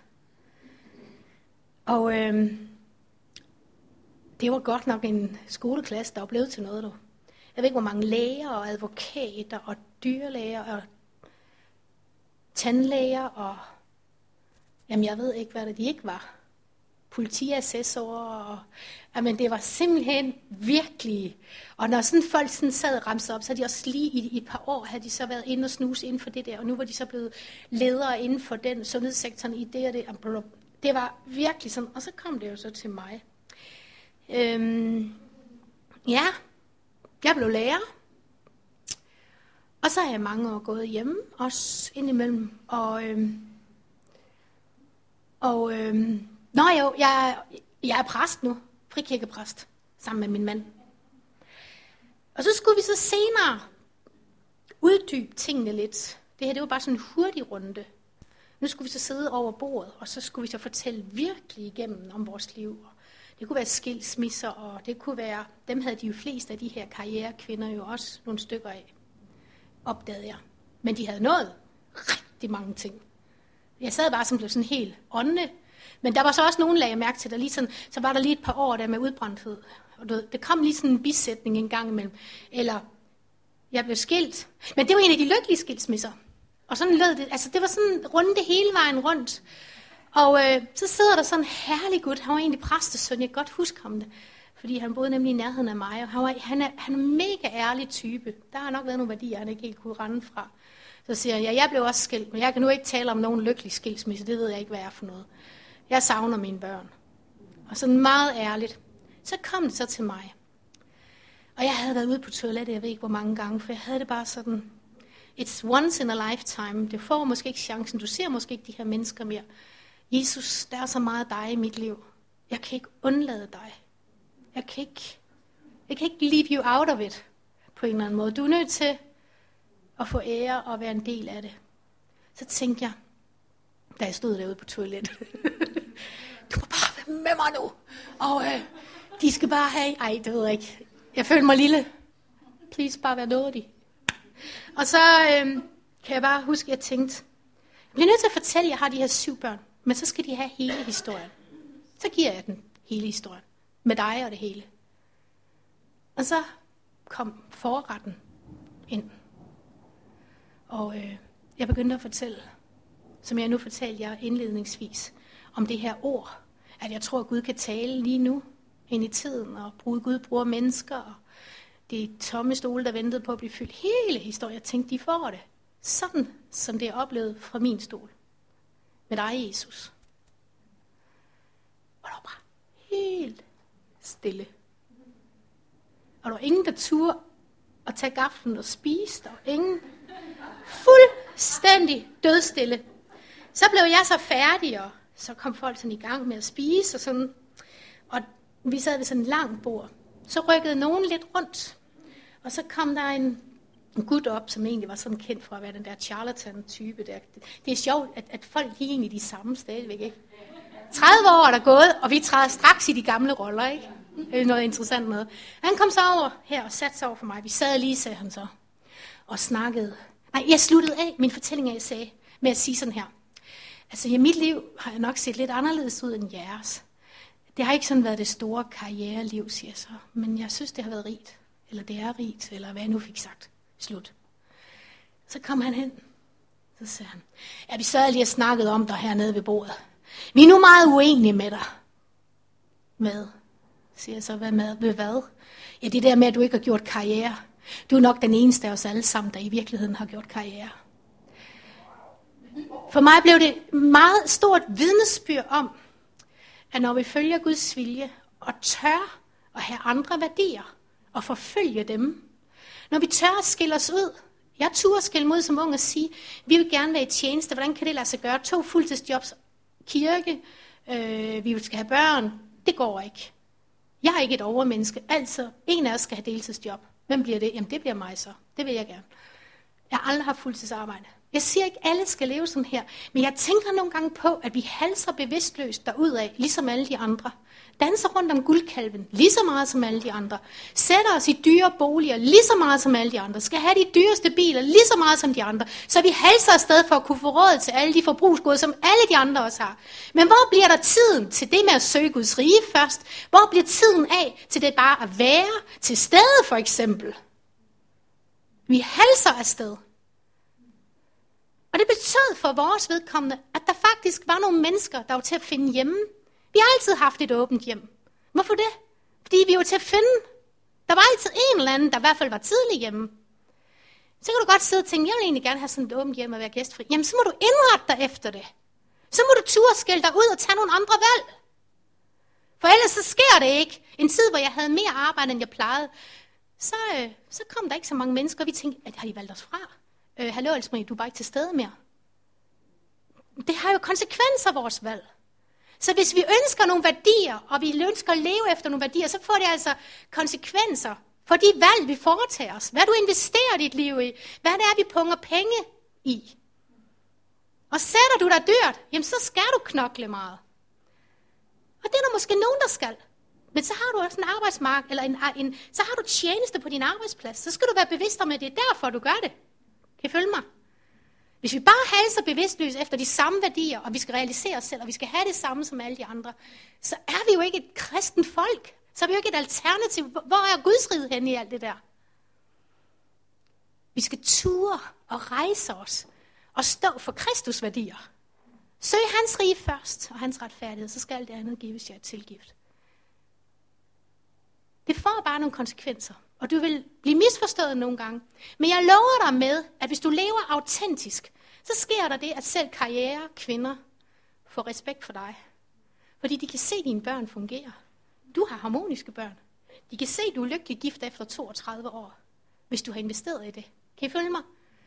Og det var godt nok en skoleklasse, der var blevet til noget, du. Jeg ved ikke, hvor mange læger og advokater og dyrlæger og tandlæger og... Jamen, jeg ved ikke, hvad det de ikke var. politiassessorer. Jamen, det var simpelthen virkelig. Og når sådan folk sådan sad og ramsede op, så havde de også lige i et par år, havde de så været inde og snuse inden for det der. Og nu var de så blevet ledere inden for den sundhedssektoren i det og det. Det var virkelig sådan. Og så kom det jo så til mig. Ja, jeg blev lærer. Og så har jeg mange år gået hjemme, også indimellem. Jeg er præst nu, frikirkepræst, sammen med min mand. Og så skulle vi så senere uddybe tingene lidt. Det her, det var bare sådan en hurtig runde. Nu skulle vi så sidde over bordet, og så skulle vi så fortælle virkelig igennem om vores liv. Det kunne være skilsmisser, og det kunne være, dem havde de jo flest af de her karrierekvinder jo også nogle stykker af, opdagede jeg. Men de havde nået rigtig mange ting. Jeg sad bare som blev sådan helt åndende. Men der var så også nogen, lagde jeg mærke til, der lige sådan, så var der lige et par år der med udbrændthed. Og det kom lige sådan en bisætning en gang imellem. Eller, jeg blev skilt. Men det var en af de lykkelige skilsmisser. Og sådan lød det. Altså, det var sådan runde hele vejen rundt. Og så sidder der sådan en herlig gut. Han var egentlig præstesøn. Jeg kan godt huske ham det. Fordi han boede nemlig i nærheden af mig. Og han er en mega ærlig type. Der har nok været nogle værdier, han ikke helt kunne rende fra. Så siger jeg, jeg blev også skilt, men jeg kan nu ikke tale om nogen lykkelig skilsmisse. Det ved jeg ikke, hvad er for noget. Jeg savner mine børn. Og sådan meget ærligt. Så kom det så til mig. Og jeg havde været ude på toilettet, jeg ved ikke hvor mange gange, for jeg havde det bare sådan, it's once in a lifetime. Det får måske ikke chancen. Du ser måske ikke de her mennesker mere. Jesus, der er så meget dig i mit liv. Jeg kan ikke undlade dig. Jeg kan ikke leave you out of it på en eller anden måde. Du er nødt til at få ære og være en del af det. Så tænkte jeg, da jeg stod derude på toilettet, du må bare være med mig nu. Og de skal bare have, det ved jeg ikke. Jeg følte mig lille. Please, bare vær nådig. Og så kan jeg bare huske, at jeg tænkte, jeg bliver nødt til at fortælle, at jeg har de her 7 børn, men så skal de have hele historien. Så giver jeg den hele historien. Med dig og det hele. Og så kom forretten ind. Og jeg begyndte at fortælle, som jeg nu fortalte jer indledningsvis, om det her ord, at jeg tror, at Gud kan tale lige nu, ind i tiden, og Gud bruger mennesker, og det er tomme stole, der ventede på at blive fyldt. Hele historien, jeg tænkte, de får det. Sådan, som det er oplevet fra min stol. Med dig, Jesus. Og der var bare helt stille. Og der var ingen, der turde at tage gaflen og spise. Der var ingen. Fuldstændig dødstille. Så blev jeg så færdig, og så kom folk sådan i gang med at spise. Og, sådan. Og vi sad ved sådan en lang bord. Så rykkede nogen lidt rundt. Og så kom der en gut op, som egentlig var sådan kendt for at være den der charlatan-type. Der. Det er sjovt, at folk lige egentlig de samme stadigvæk, ikke? 30 år er der gået, og vi træder straks i de gamle roller, ikke? Det er noget interessant noget. Han kom så over her og satte sig over for mig. Vi sad lige, sagde han så, og snakkede. Nej, jeg sluttede af min fortælling af, jeg sagde, med at sige sådan her. Altså, i mit liv har jeg nok set lidt anderledes ud end jeres. Det har ikke sådan været det store karriereliv, siger jeg så. Men jeg synes, det har været rigt. Eller det er rigt, eller hvad jeg nu fik sagt. Slut. Så kom han hen. Så sagde han, ja, vi sad lige og snakkede om dig hernede ved bordet. Vi er nu meget uenige med dig. Med? Siger jeg så, hvad med? Ved hvad? Ja, det der med, at du ikke har gjort karriere. Du er nok den eneste af os alle sammen, der i virkeligheden har gjort karriere. For mig blev det meget stort vidnesbyrd om, at når vi følger Guds vilje og tør at have andre værdier og forfølge dem, når vi tør at skille os ud, jeg turde skille mig ud som ung og sige, vi vil gerne være i tjeneste, hvordan kan det lade sig gøre? 2 fuldtidsjobs, kirke, vi skal have børn, det går ikke. Jeg er ikke et overmenneske, altså en af os skal have deltidsjob. Hvem bliver det? Jamen det bliver mig så, det vil jeg gerne. Jeg har aldrig haft fuldtidsarbejde. Jeg siger ikke, at alle skal leve sådan her, men jeg tænker nogle gange på, at vi halser bevidstløst derudad, ligesom alle de andre. Danser rundt om guldkalven, lige så meget som alle de andre. Sætter os i dyre boliger, lige så meget som alle de andre. Skal have de dyreste biler, lige så meget som de andre. Så vi halser afsted for at kunne få råd til alle de forbrugsgoder, som alle de andre også har. Men hvor bliver der tiden til det med at søge Guds rige først? Hvor bliver tiden af til det bare at være til stede, for eksempel? Vi halser afsted. Og det betød for vores vedkommende, at der faktisk var nogle mennesker, der var til at finde hjemme Vi har altid haft et åbent hjem. Hvorfor det? Fordi vi var til at finde. Der var altid en eller anden, der i hvert fald var tidlig hjemme. Så kan du godt sidde og tænke, jeg vil egentlig gerne have sådan et åbent hjem og være gæstfri. Jamen, så må du indrette dig efter det. Så må du turde skælde dig ud og tage nogle andre valg. For ellers så sker det ikke. En tid, hvor jeg havde mere arbejde, end jeg plejede, så kom der ikke så mange mennesker, og vi tænkte, at har de valgt os fra? Hallo, Elsmarie, du er bare ikke til stede mere. Det har jo konsekvenser, vores valg. Så hvis vi ønsker nogle værdier, og vi ønsker at leve efter nogle værdier, så får det altså konsekvenser for de valg, vi foretager os. Hvad du investerer dit liv i. Hvad det er, vi punger penge i. Og sætter du dig dyrt, jamen så skal du knokle meget. Og det er der måske nogen, der skal. Men så har du også en arbejdsmarked, eller så har du tjeneste på din arbejdsplads. Så skal du være bevidst om, at det er derfor, du gør det. Kan I følge mig? Hvis vi bare halser bevidstløst efter de samme værdier, og vi skal realisere os selv, og vi skal have det samme som alle de andre, så er vi jo ikke et kristent folk. Så er vi jo ikke et alternativ. Hvor er Guds rige henne i alt det der? Vi skal ture og rejse os og stå for Kristus værdier. Søg hans rige først, og hans retfærdighed, så skal alt det andet gives jer tilgift. Det får bare nogle konsekvenser, og du vil blive misforstået nogle gange. Men jeg lover dig med, at hvis du lever autentisk, så sker der det, at selv karriere kvinder får respekt for dig. Fordi de kan se, at dine børn fungerer. Du har harmoniske børn. De kan se, at du er lykkelig gift efter 32 år, hvis du har investeret i det. Kan I følge mig?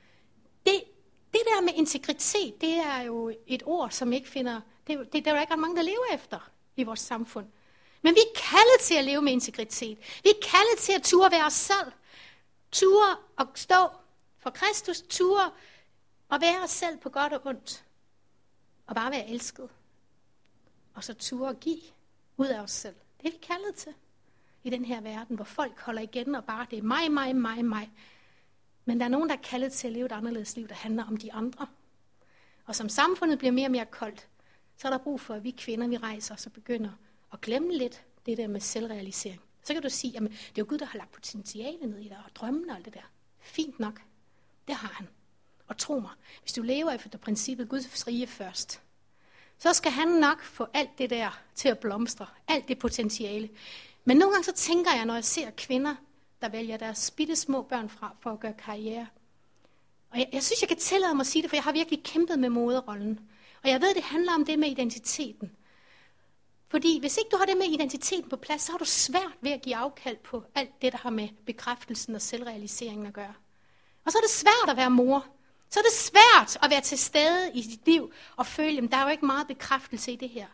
Det der med integritet, det er jo et ord, som ikke finder... Det er der ikke ret mange, der lever efter i vores samfund. Men vi er kaldet til at leve med integritet. Vi er kaldet til at ture være os selv. Ture og stå for Kristus. Ture og være os selv på godt og ondt. Og bare være elsket. Og så ture og give ud af os selv. Det er vi kaldet til i den her verden, hvor folk holder igen og bare det er mig. Men der er nogen, der er kaldet til at leve et anderledes liv, der handler om de andre. Og som samfundet bliver mere og mere koldt, så er der brug for, at vi kvinder, vi rejser os og begynder at glemme lidt det der med selvrealisering. Så kan du sige, at det er jo Gud, der har lagt potentiale ned i dig, og drømmene og alt det der. Fint nok. Det har han. Og tro mig, hvis du lever efter princippet Guds rige først, så skal han nok få alt det der til at blomstre. Alt det potentiale. Men nogle gange så tænker jeg, når jeg ser kvinder, der vælger deres bitte små børn fra for at gøre karriere. Og jeg synes, jeg kan tillade mig at sige det, for jeg har virkelig kæmpet med moderrollen. Og jeg ved, det handler om det med identiteten. Fordi hvis ikke du har det med identiteten på plads, så har du svært ved at give afkald på alt det, der har med bekræftelsen og selvrealiseringen at gøre. Og så er det svært at være mor. Så er det svært at være til stede i dit liv og føle, at der er jo ikke meget bekræftelse i det her.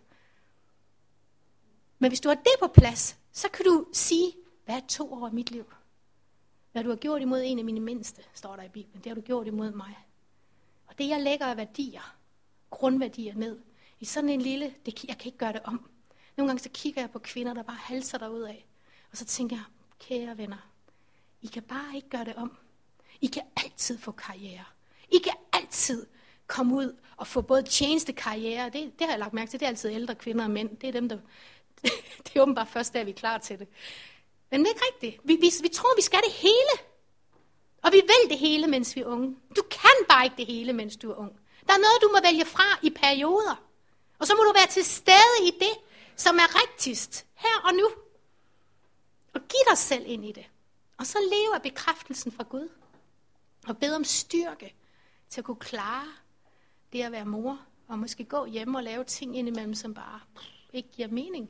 Men hvis du har det på plads, så kan du sige, hvad er 2 år i mit liv? Hvad du har gjort imod en af mine mindste, står der i Bibelen, det har du gjort imod mig. Og det jeg lægger af værdier, grundværdier ned, i sådan en lille, jeg kan ikke gøre det om. Nogle gange så kigger jeg på kvinder, der bare halser derud af. Og så tænker jeg, kære venner, I kan bare ikke gøre det om. I kan altid få karriere. I kan altid komme ud og få både tjenestekarriere. Det har jeg lagt mærke til, det er altid ældre kvinder og mænd. Det er dem, der... det er åbenbart først der, vi er klar til det. Men det er ikke rigtigt. Vi tror, vi skal det hele. Og vi vil det hele, mens vi er unge. Du kan bare ikke det hele, mens du er ung. Der er noget, du må vælge fra i perioder. Og så må du være til stede i det, som er rigtigst her og nu. Og giv dig selv ind i det. Og så leve af bekræftelsen fra Gud. Og bed om styrke til at kunne klare det at være mor. Og måske gå hjem og lave ting indimellem, som bare ikke giver mening.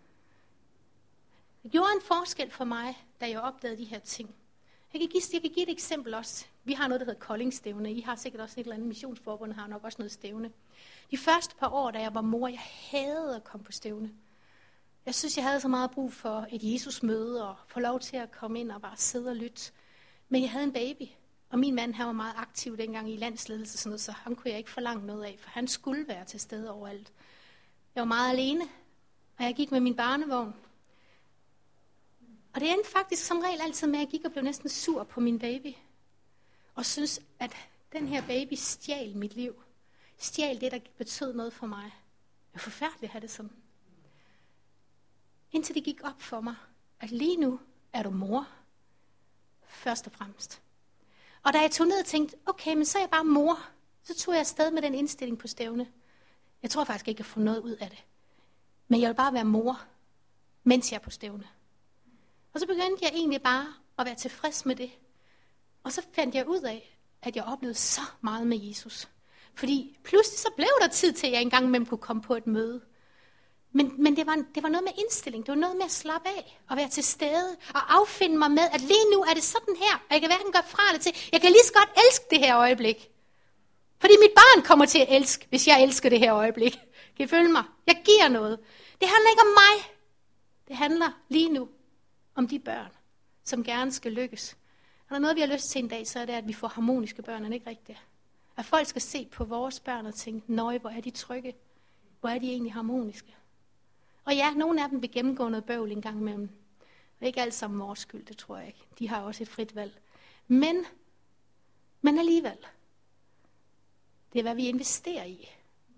Det gjorde en forskel for mig, da jeg opdagede de her ting. Jeg kan give et eksempel også. Vi har noget, der hedder Kolding-stævne. I har sikkert også et eller andet missionsforbund, har nok også noget stævne. De første par år, da jeg var mor, jeg hadede at komme på stævne. Jeg synes, jeg havde så meget brug for et Jesus-møde og få lov til at komme ind og bare sidde og lytte. Men jeg havde en baby, og min mand han var meget aktiv dengang i landsledelse, sådan noget, så ham kunne jeg ikke forlange noget af, for han skulle være til stede overalt. Jeg var meget alene, og jeg gik med min barnevogn. Og det endte faktisk som regel altid med, at jeg gik og blev næsten sur på min baby. Og synes, at den her baby stjal mit liv. Stjal det, der betød noget for mig. Det var forfærdeligt at have det sådan. Indtil det gik op for mig, at lige nu er du mor. Først og fremmest. Og da jeg tog ned og tænkte, okay, men så er jeg bare mor. Så tog jeg afsted med den indstilling på stævne. Jeg tror faktisk ikke, jeg får noget ud af det. Men jeg vil bare være mor, mens jeg er på stævne. Og så begyndte jeg egentlig bare at være tilfreds med det. Og så fandt jeg ud af, at jeg oplevede så meget med Jesus. Fordi pludselig så blev der tid til, at jeg engang imellem kunne komme på et møde. Men det var noget med indstilling. Det var noget med at slappe af og være til stede. Og affinde mig med, at lige nu er det sådan her. Og jeg kan hverken gøre fra det til. Jeg kan lige så godt elske det her øjeblik. Fordi mit barn kommer til at elske, hvis jeg elsker det her øjeblik. Kan I følge mig? Jeg giver noget. Det handler ikke om mig. Det handler lige nu om de børn, som gerne skal lykkes. Og der er noget, vi har lyst til en dag, så er det, at vi får harmoniske børn, er det ikke rigtigt? At folk skal se på vores børn og tænke, nøj, hvor er de trygge? Hvor er de egentlig harmoniske? Og ja, nogle af dem vil gennemgå noget bøvl en gang imellem. Det er ikke alt sammen vores skyld, det tror jeg ikke. De har også et frit valg. Men alligevel, det er, hvad vi investerer i.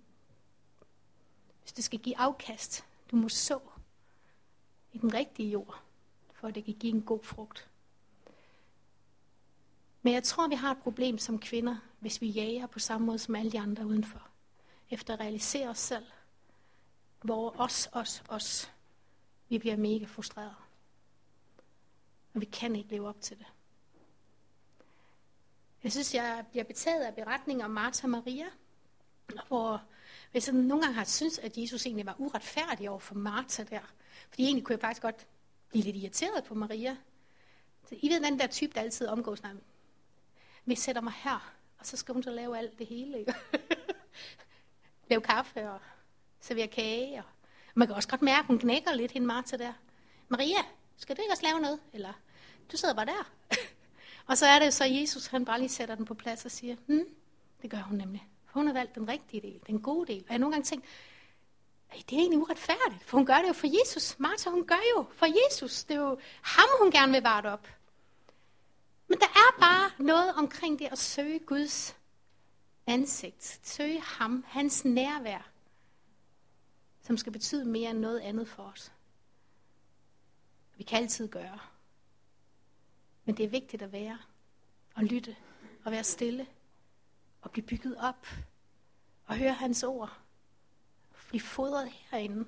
Hvis det skal give afkast, du må så i den rigtige jord, for at det kan give en god frugt. Men jeg tror, vi har et problem som kvinder, hvis vi jager på samme måde som alle de andre udenfor. Efter at realisere os selv, hvor os, vi bliver mega frustrerede. Og vi kan ikke leve op til det. Jeg synes, jeg bliver betaget af beretninger om Martha og Maria, hvor jeg sådan nogle gange har syntes, at Jesus egentlig var uretfærdig over for Martha der. Fordi egentlig kunne jeg faktisk godt blive lidt irriteret på Maria. Så I ved den der type, der altid omgås, når vi sætter mig her, og så skal hun så lave alt det hele. Ikke? Lave kaffe og servere kage. Og man kan også godt mærke, at hun knækker lidt, hende Martha der. Maria, skal du ikke også lave noget? Eller, du sidder bare der. Og så er det så, Jesus han bare lige sætter den på plads og siger, det gør hun nemlig. For hun har valgt den rigtige del, den gode del. Og jeg har nogle gange tænkt, det er egentlig uretfærdigt, for hun gør det jo for Jesus. Martha, hun gør jo for Jesus. Det er jo ham, hun gerne vil varte op. Men der er bare noget omkring det at søge Guds ansigt. Søge ham, hans nærvær, som skal betyde mere end noget andet for os. Vi kan altid gøre. Men det er vigtigt at være og lytte og være stille og blive bygget op og høre hans ord. Blive fodret herinde.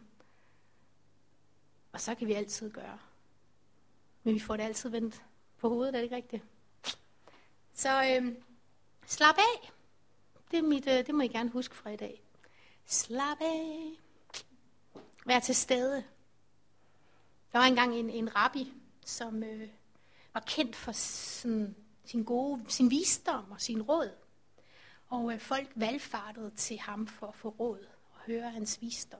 Og så kan vi altid gøre. Men vi får det altid vendt på hovedet, er det ikke rigtigt? Så slap af. Det må I gerne huske fra i dag. Slap af. Vær til stede. Der var engang en rabbi, som var kendt for sin visdom og sin råd. Og folk valgfartede til ham for at få råd og høre hans visdom.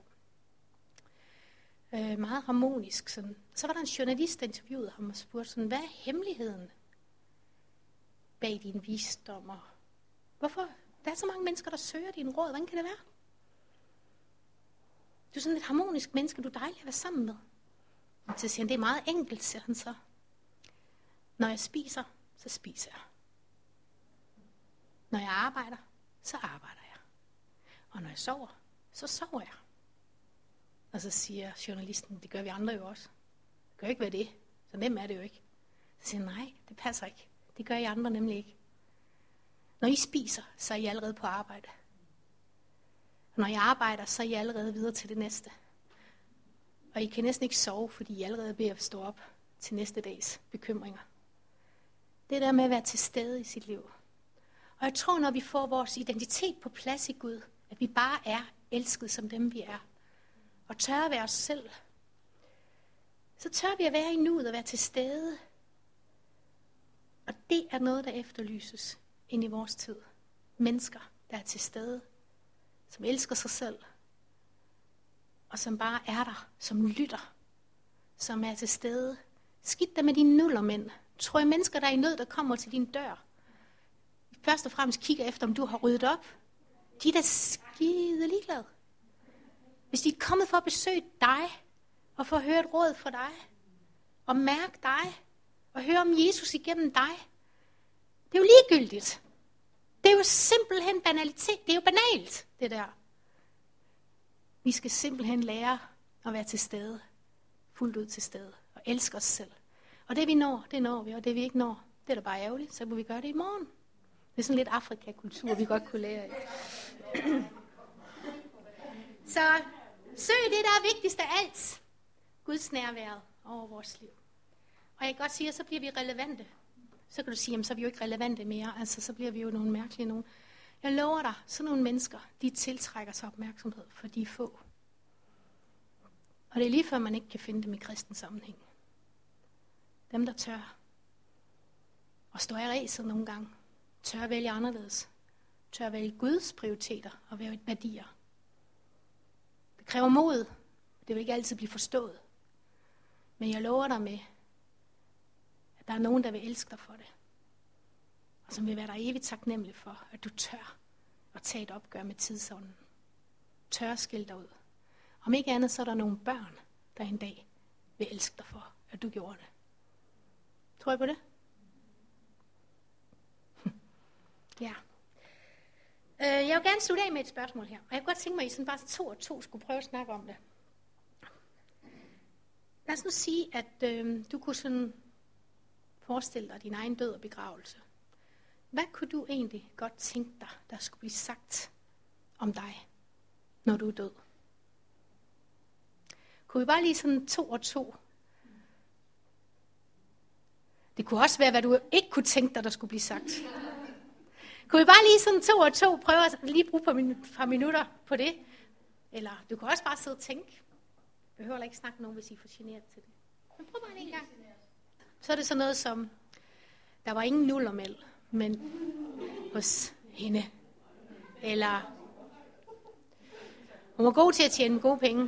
Meget harmonisk. Sådan. Så var der en journalist, der interviewede ham og spurgte sådan, hvad er hemmeligheden bag din visdom? Og hvorfor? Der er så mange mennesker, der søger din råd. Hvordan kan det være? Du er sådan et harmonisk menneske, du er dejlig at være sammen med. Og så siger han, det er meget enkelt, siger han så. Når jeg spiser, så spiser jeg. Når jeg arbejder, så arbejder jeg. Og når jeg sover, så sover jeg. Og så siger journalisten, det gør vi andre jo også. Det kan jo ikke være det. Så nemt er det jo ikke. Så siger han, nej, det passer ikke. Det gør I andre nemlig ikke. Når I spiser, så er I allerede på arbejde. Og når I arbejder, så er I allerede videre til det næste. Og I kan næsten ikke sove, fordi I er allerede ved at stå op til næste dags bekymringer. Det der med at være til stede i sit liv. Og jeg tror, når vi får vores identitet på plads i Gud, at vi bare er elsket som dem, vi er, og tør at være os selv, så tør vi at være i nuet og være til stede. Og det er noget, der efterlyses ind i vores tid. Mennesker, der er til stede, som elsker sig selv, og som bare er der, som lytter, som er til stede. Skidt dig med dine nullermænd. Tror jeg mennesker, der er i nød, der kommer til din dør, først og fremmest kigger efter, om du har ryddet op. De er da skide ligeglade. Hvis de er kommet for at besøge dig, og for at høre et råd fra dig, og mærke dig, og høre om Jesus igennem dig, det er jo ligegyldigt. Det er jo simpelthen banalitet. Det er jo banalt, det der. Vi skal simpelthen lære at være til stede. Fuldt ud til stede. Og elske os selv. Og det vi når, det når vi. Og det vi ikke når, det er da bare ærgerligt. Så må vi gøre det i morgen. Det er sådan lidt Afrika-kultur, vi godt kunne lære af. Så Søg det, der er vigtigst af alt. Guds nærværet over vores liv. Og jeg kan godt sige, at så bliver vi relevante. Så kan du sige, jamen så er vi jo ikke relevante mere. Altså, så bliver vi jo nogle mærkelige nogen. Jeg lover dig, sådan nogle mennesker, de tiltrækker sig opmærksomhed, for de er få. Og det er lige før, man ikke kan finde dem i kristen sammenhæng. Dem, der tør og står i ræset nogle gange, tør at vælge anderledes, tør at vælge Guds prioriteter og værdier. Det kræver mod. Det vil ikke altid blive forstået. Men jeg lover dig med, at der er nogen, der vil elske dig for det. Og som vil være dig evigt taknemmelig for, at du tør at tage et opgør med tidsånden. Tør at skille dig ud. Om ikke andet, så er der nogle børn, der en dag vil elske dig for, at du gjorde det. Tror I på det? Ja. Jeg vil gerne slutte af med et spørgsmål her. Og jeg kunne godt tænke mig, at I sådan bare 2 og 2 skulle prøve at snakke om det. Lad os nu sige, at du kunne sådan forestille dig din egen død og begravelse. Hvad kunne du egentlig godt tænke dig, der skulle blive sagt om dig, når du er død? Kunne vi bare lige sådan 2 og 2? Det kunne også være, hvad du ikke kunne tænke dig, der skulle blive sagt. Kunne vi bare lige sådan 2 og 2 prøve at lige bruge et par minutter på det? Eller du kan også bare sidde og tænke. Jeg behøver ikke snakke med nogen, hvis I er for generet til det. Men prøv bare en gang. Så er det sådan noget som, der var ingen nullermæld, men hos hende. Eller hun var god til at tjene gode penge.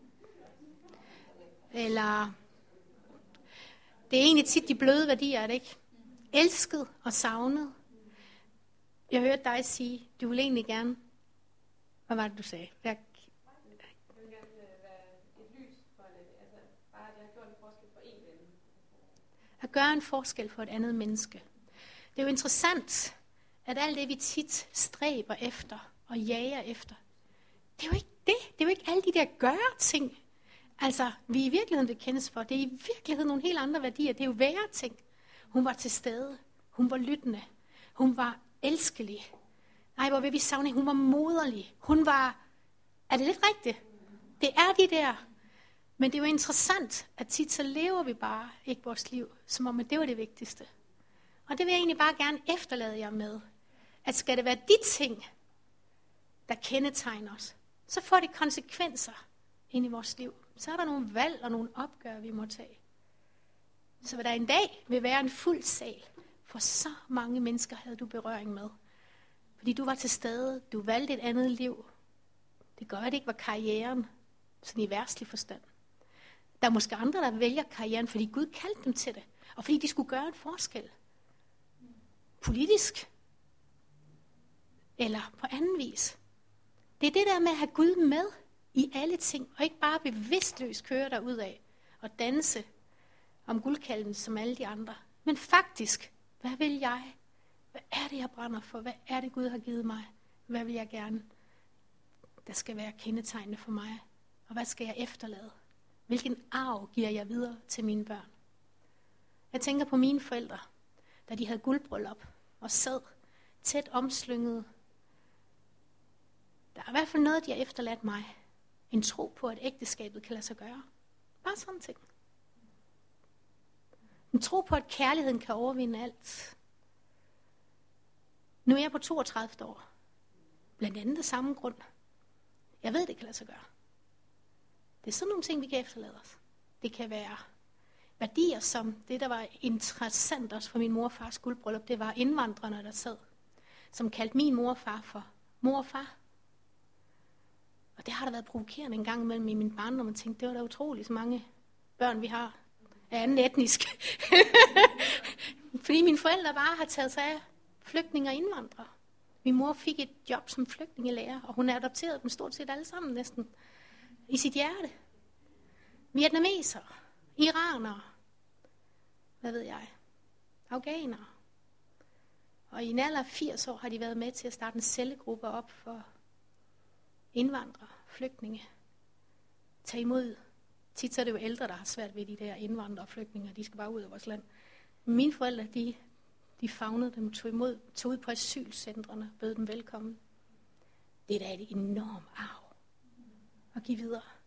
Eller det er egentlig tit de bløde værdier, er det ikke? Elsket og savnet. Jeg hørte dig sige, du vil egentlig gerne. Hvad var det, du sagde? Jeg vil gerne være et lys for det. Altså bare, at jeg har gjort en forskel for en ven. At gøre en forskel for et andet menneske. Det er jo interessant, at alt det, vi tit stræber efter og jager efter, det er jo ikke det. Det er jo ikke alle de der gøre-ting. Altså, vi i virkeligheden vil kendes for. Det er i virkeligheden nogle helt andre værdier. Det er jo være ting. Hun var til stede. Hun var lyttende. Hun var elskelig. Nej, hvor vil vi savne. Hun var moderlig. Hun var... Er det lidt rigtigt? Det er de der. Men det er jo interessant, at tit så lever vi bare ikke vores liv, som om at det var det vigtigste. Og det vil jeg egentlig bare gerne efterlade jer med. At skal det være de ting, der kendetegner os, så får det konsekvenser ind i vores liv. Så er der nogle valg og nogle opgør, vi må tage. Så hvad der en dag vil være en fuld sal, for så mange mennesker havde du berøring med. Fordi du var til stede, du valgte et andet liv. Det gør, at det ikke var karrieren, sådan i verdslig forstand. Der er måske andre, der vælger karrieren, fordi Gud kaldte dem til det. Og fordi de skulle gøre en forskel. Politisk. Eller på anden vis. Det er det der med at have Gud med i alle ting, og ikke bare bevidstløst køre derudad og danse om guldkalven som alle de andre. Men faktisk, hvad vil jeg? Hvad er det, jeg brænder for? Hvad er det, Gud har givet mig? Hvad vil jeg gerne, der skal være kendetegnende for mig? Og hvad skal jeg efterlade? Hvilken arv giver jeg videre til mine børn? Jeg tænker på mine forældre, da de havde guldbryllup og sad tæt omslynget. Der er i hvert fald noget, de har efterladt mig. En tro på, at ægteskabet kan lade sig gøre. Bare sådan ting. En tro på, at kærligheden kan overvinde alt. Nu er jeg på 32 år. Blandt andet af samme grund. Jeg ved, det kan lade sig gøre. Det er sådan nogle ting, vi kan efterlade os. Det kan være værdier, som det, der var interessant også for min mor og fars guldbryllup, det var indvandrerne, der sad, som kaldte min mor og far for mor og far. Og det har der været provokerende en gang imellem i min barndom, og tænkte, det var da utroligt, så mange børn vi har af anden etnisk. Fordi mine forældre bare har taget sig af flygtninge og indvandrere. Min mor fik et job som flygtningelærer, og hun adopterede dem stort set alle sammen næsten i sit hjerte. Vietnamesere, iranere, hvad ved jeg, afghanere. Og i en alder af 80 år har de været med til at starte en cellegruppe op for indvandrere, flygtninge. Tag imod. Tit så er det jo ældre, der har svært ved de der indvandrere og flygtninge. De skal bare ud af vores land. Mine forældre, de favnede dem, tog ud på asylcentrene, bød dem velkommen. Det er da et enormt arv at give videre.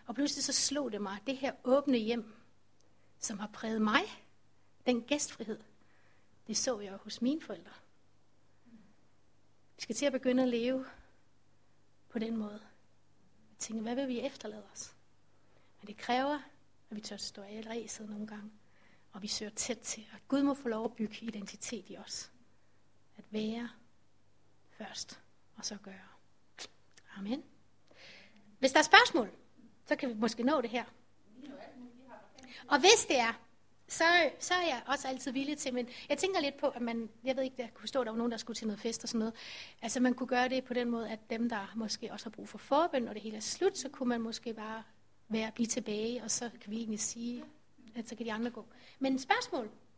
Og pludselig så slog det mig, det her åbne hjem, som har præget mig, den gæstfrihed, det så jeg hos mine forældre. Vi skal til at begynde at leve på den måde. Jeg tænker, hvad vil vi efterlade os? Men det kræver, at vi tør stå af ræset nogle gange, og vi søger tæt til, at Gud må få lov at bygge identitet i os. At være først, og så gøre. Amen. Hvis der er spørgsmål, så kan vi måske nå det her. Og hvis det er, så er jeg også altid villig til, men jeg tænker lidt på, at jeg ved ikke, jeg kunne stå, der var nogen, der skulle til noget fest og sådan noget. Altså man kunne gøre det på den måde, at dem, der måske også har brug for forbøn, når det hele er slut, så kunne man måske bare blive tilbage, og så kan vi egentlig sige, at så kan de andre gå. Men spørgsmål?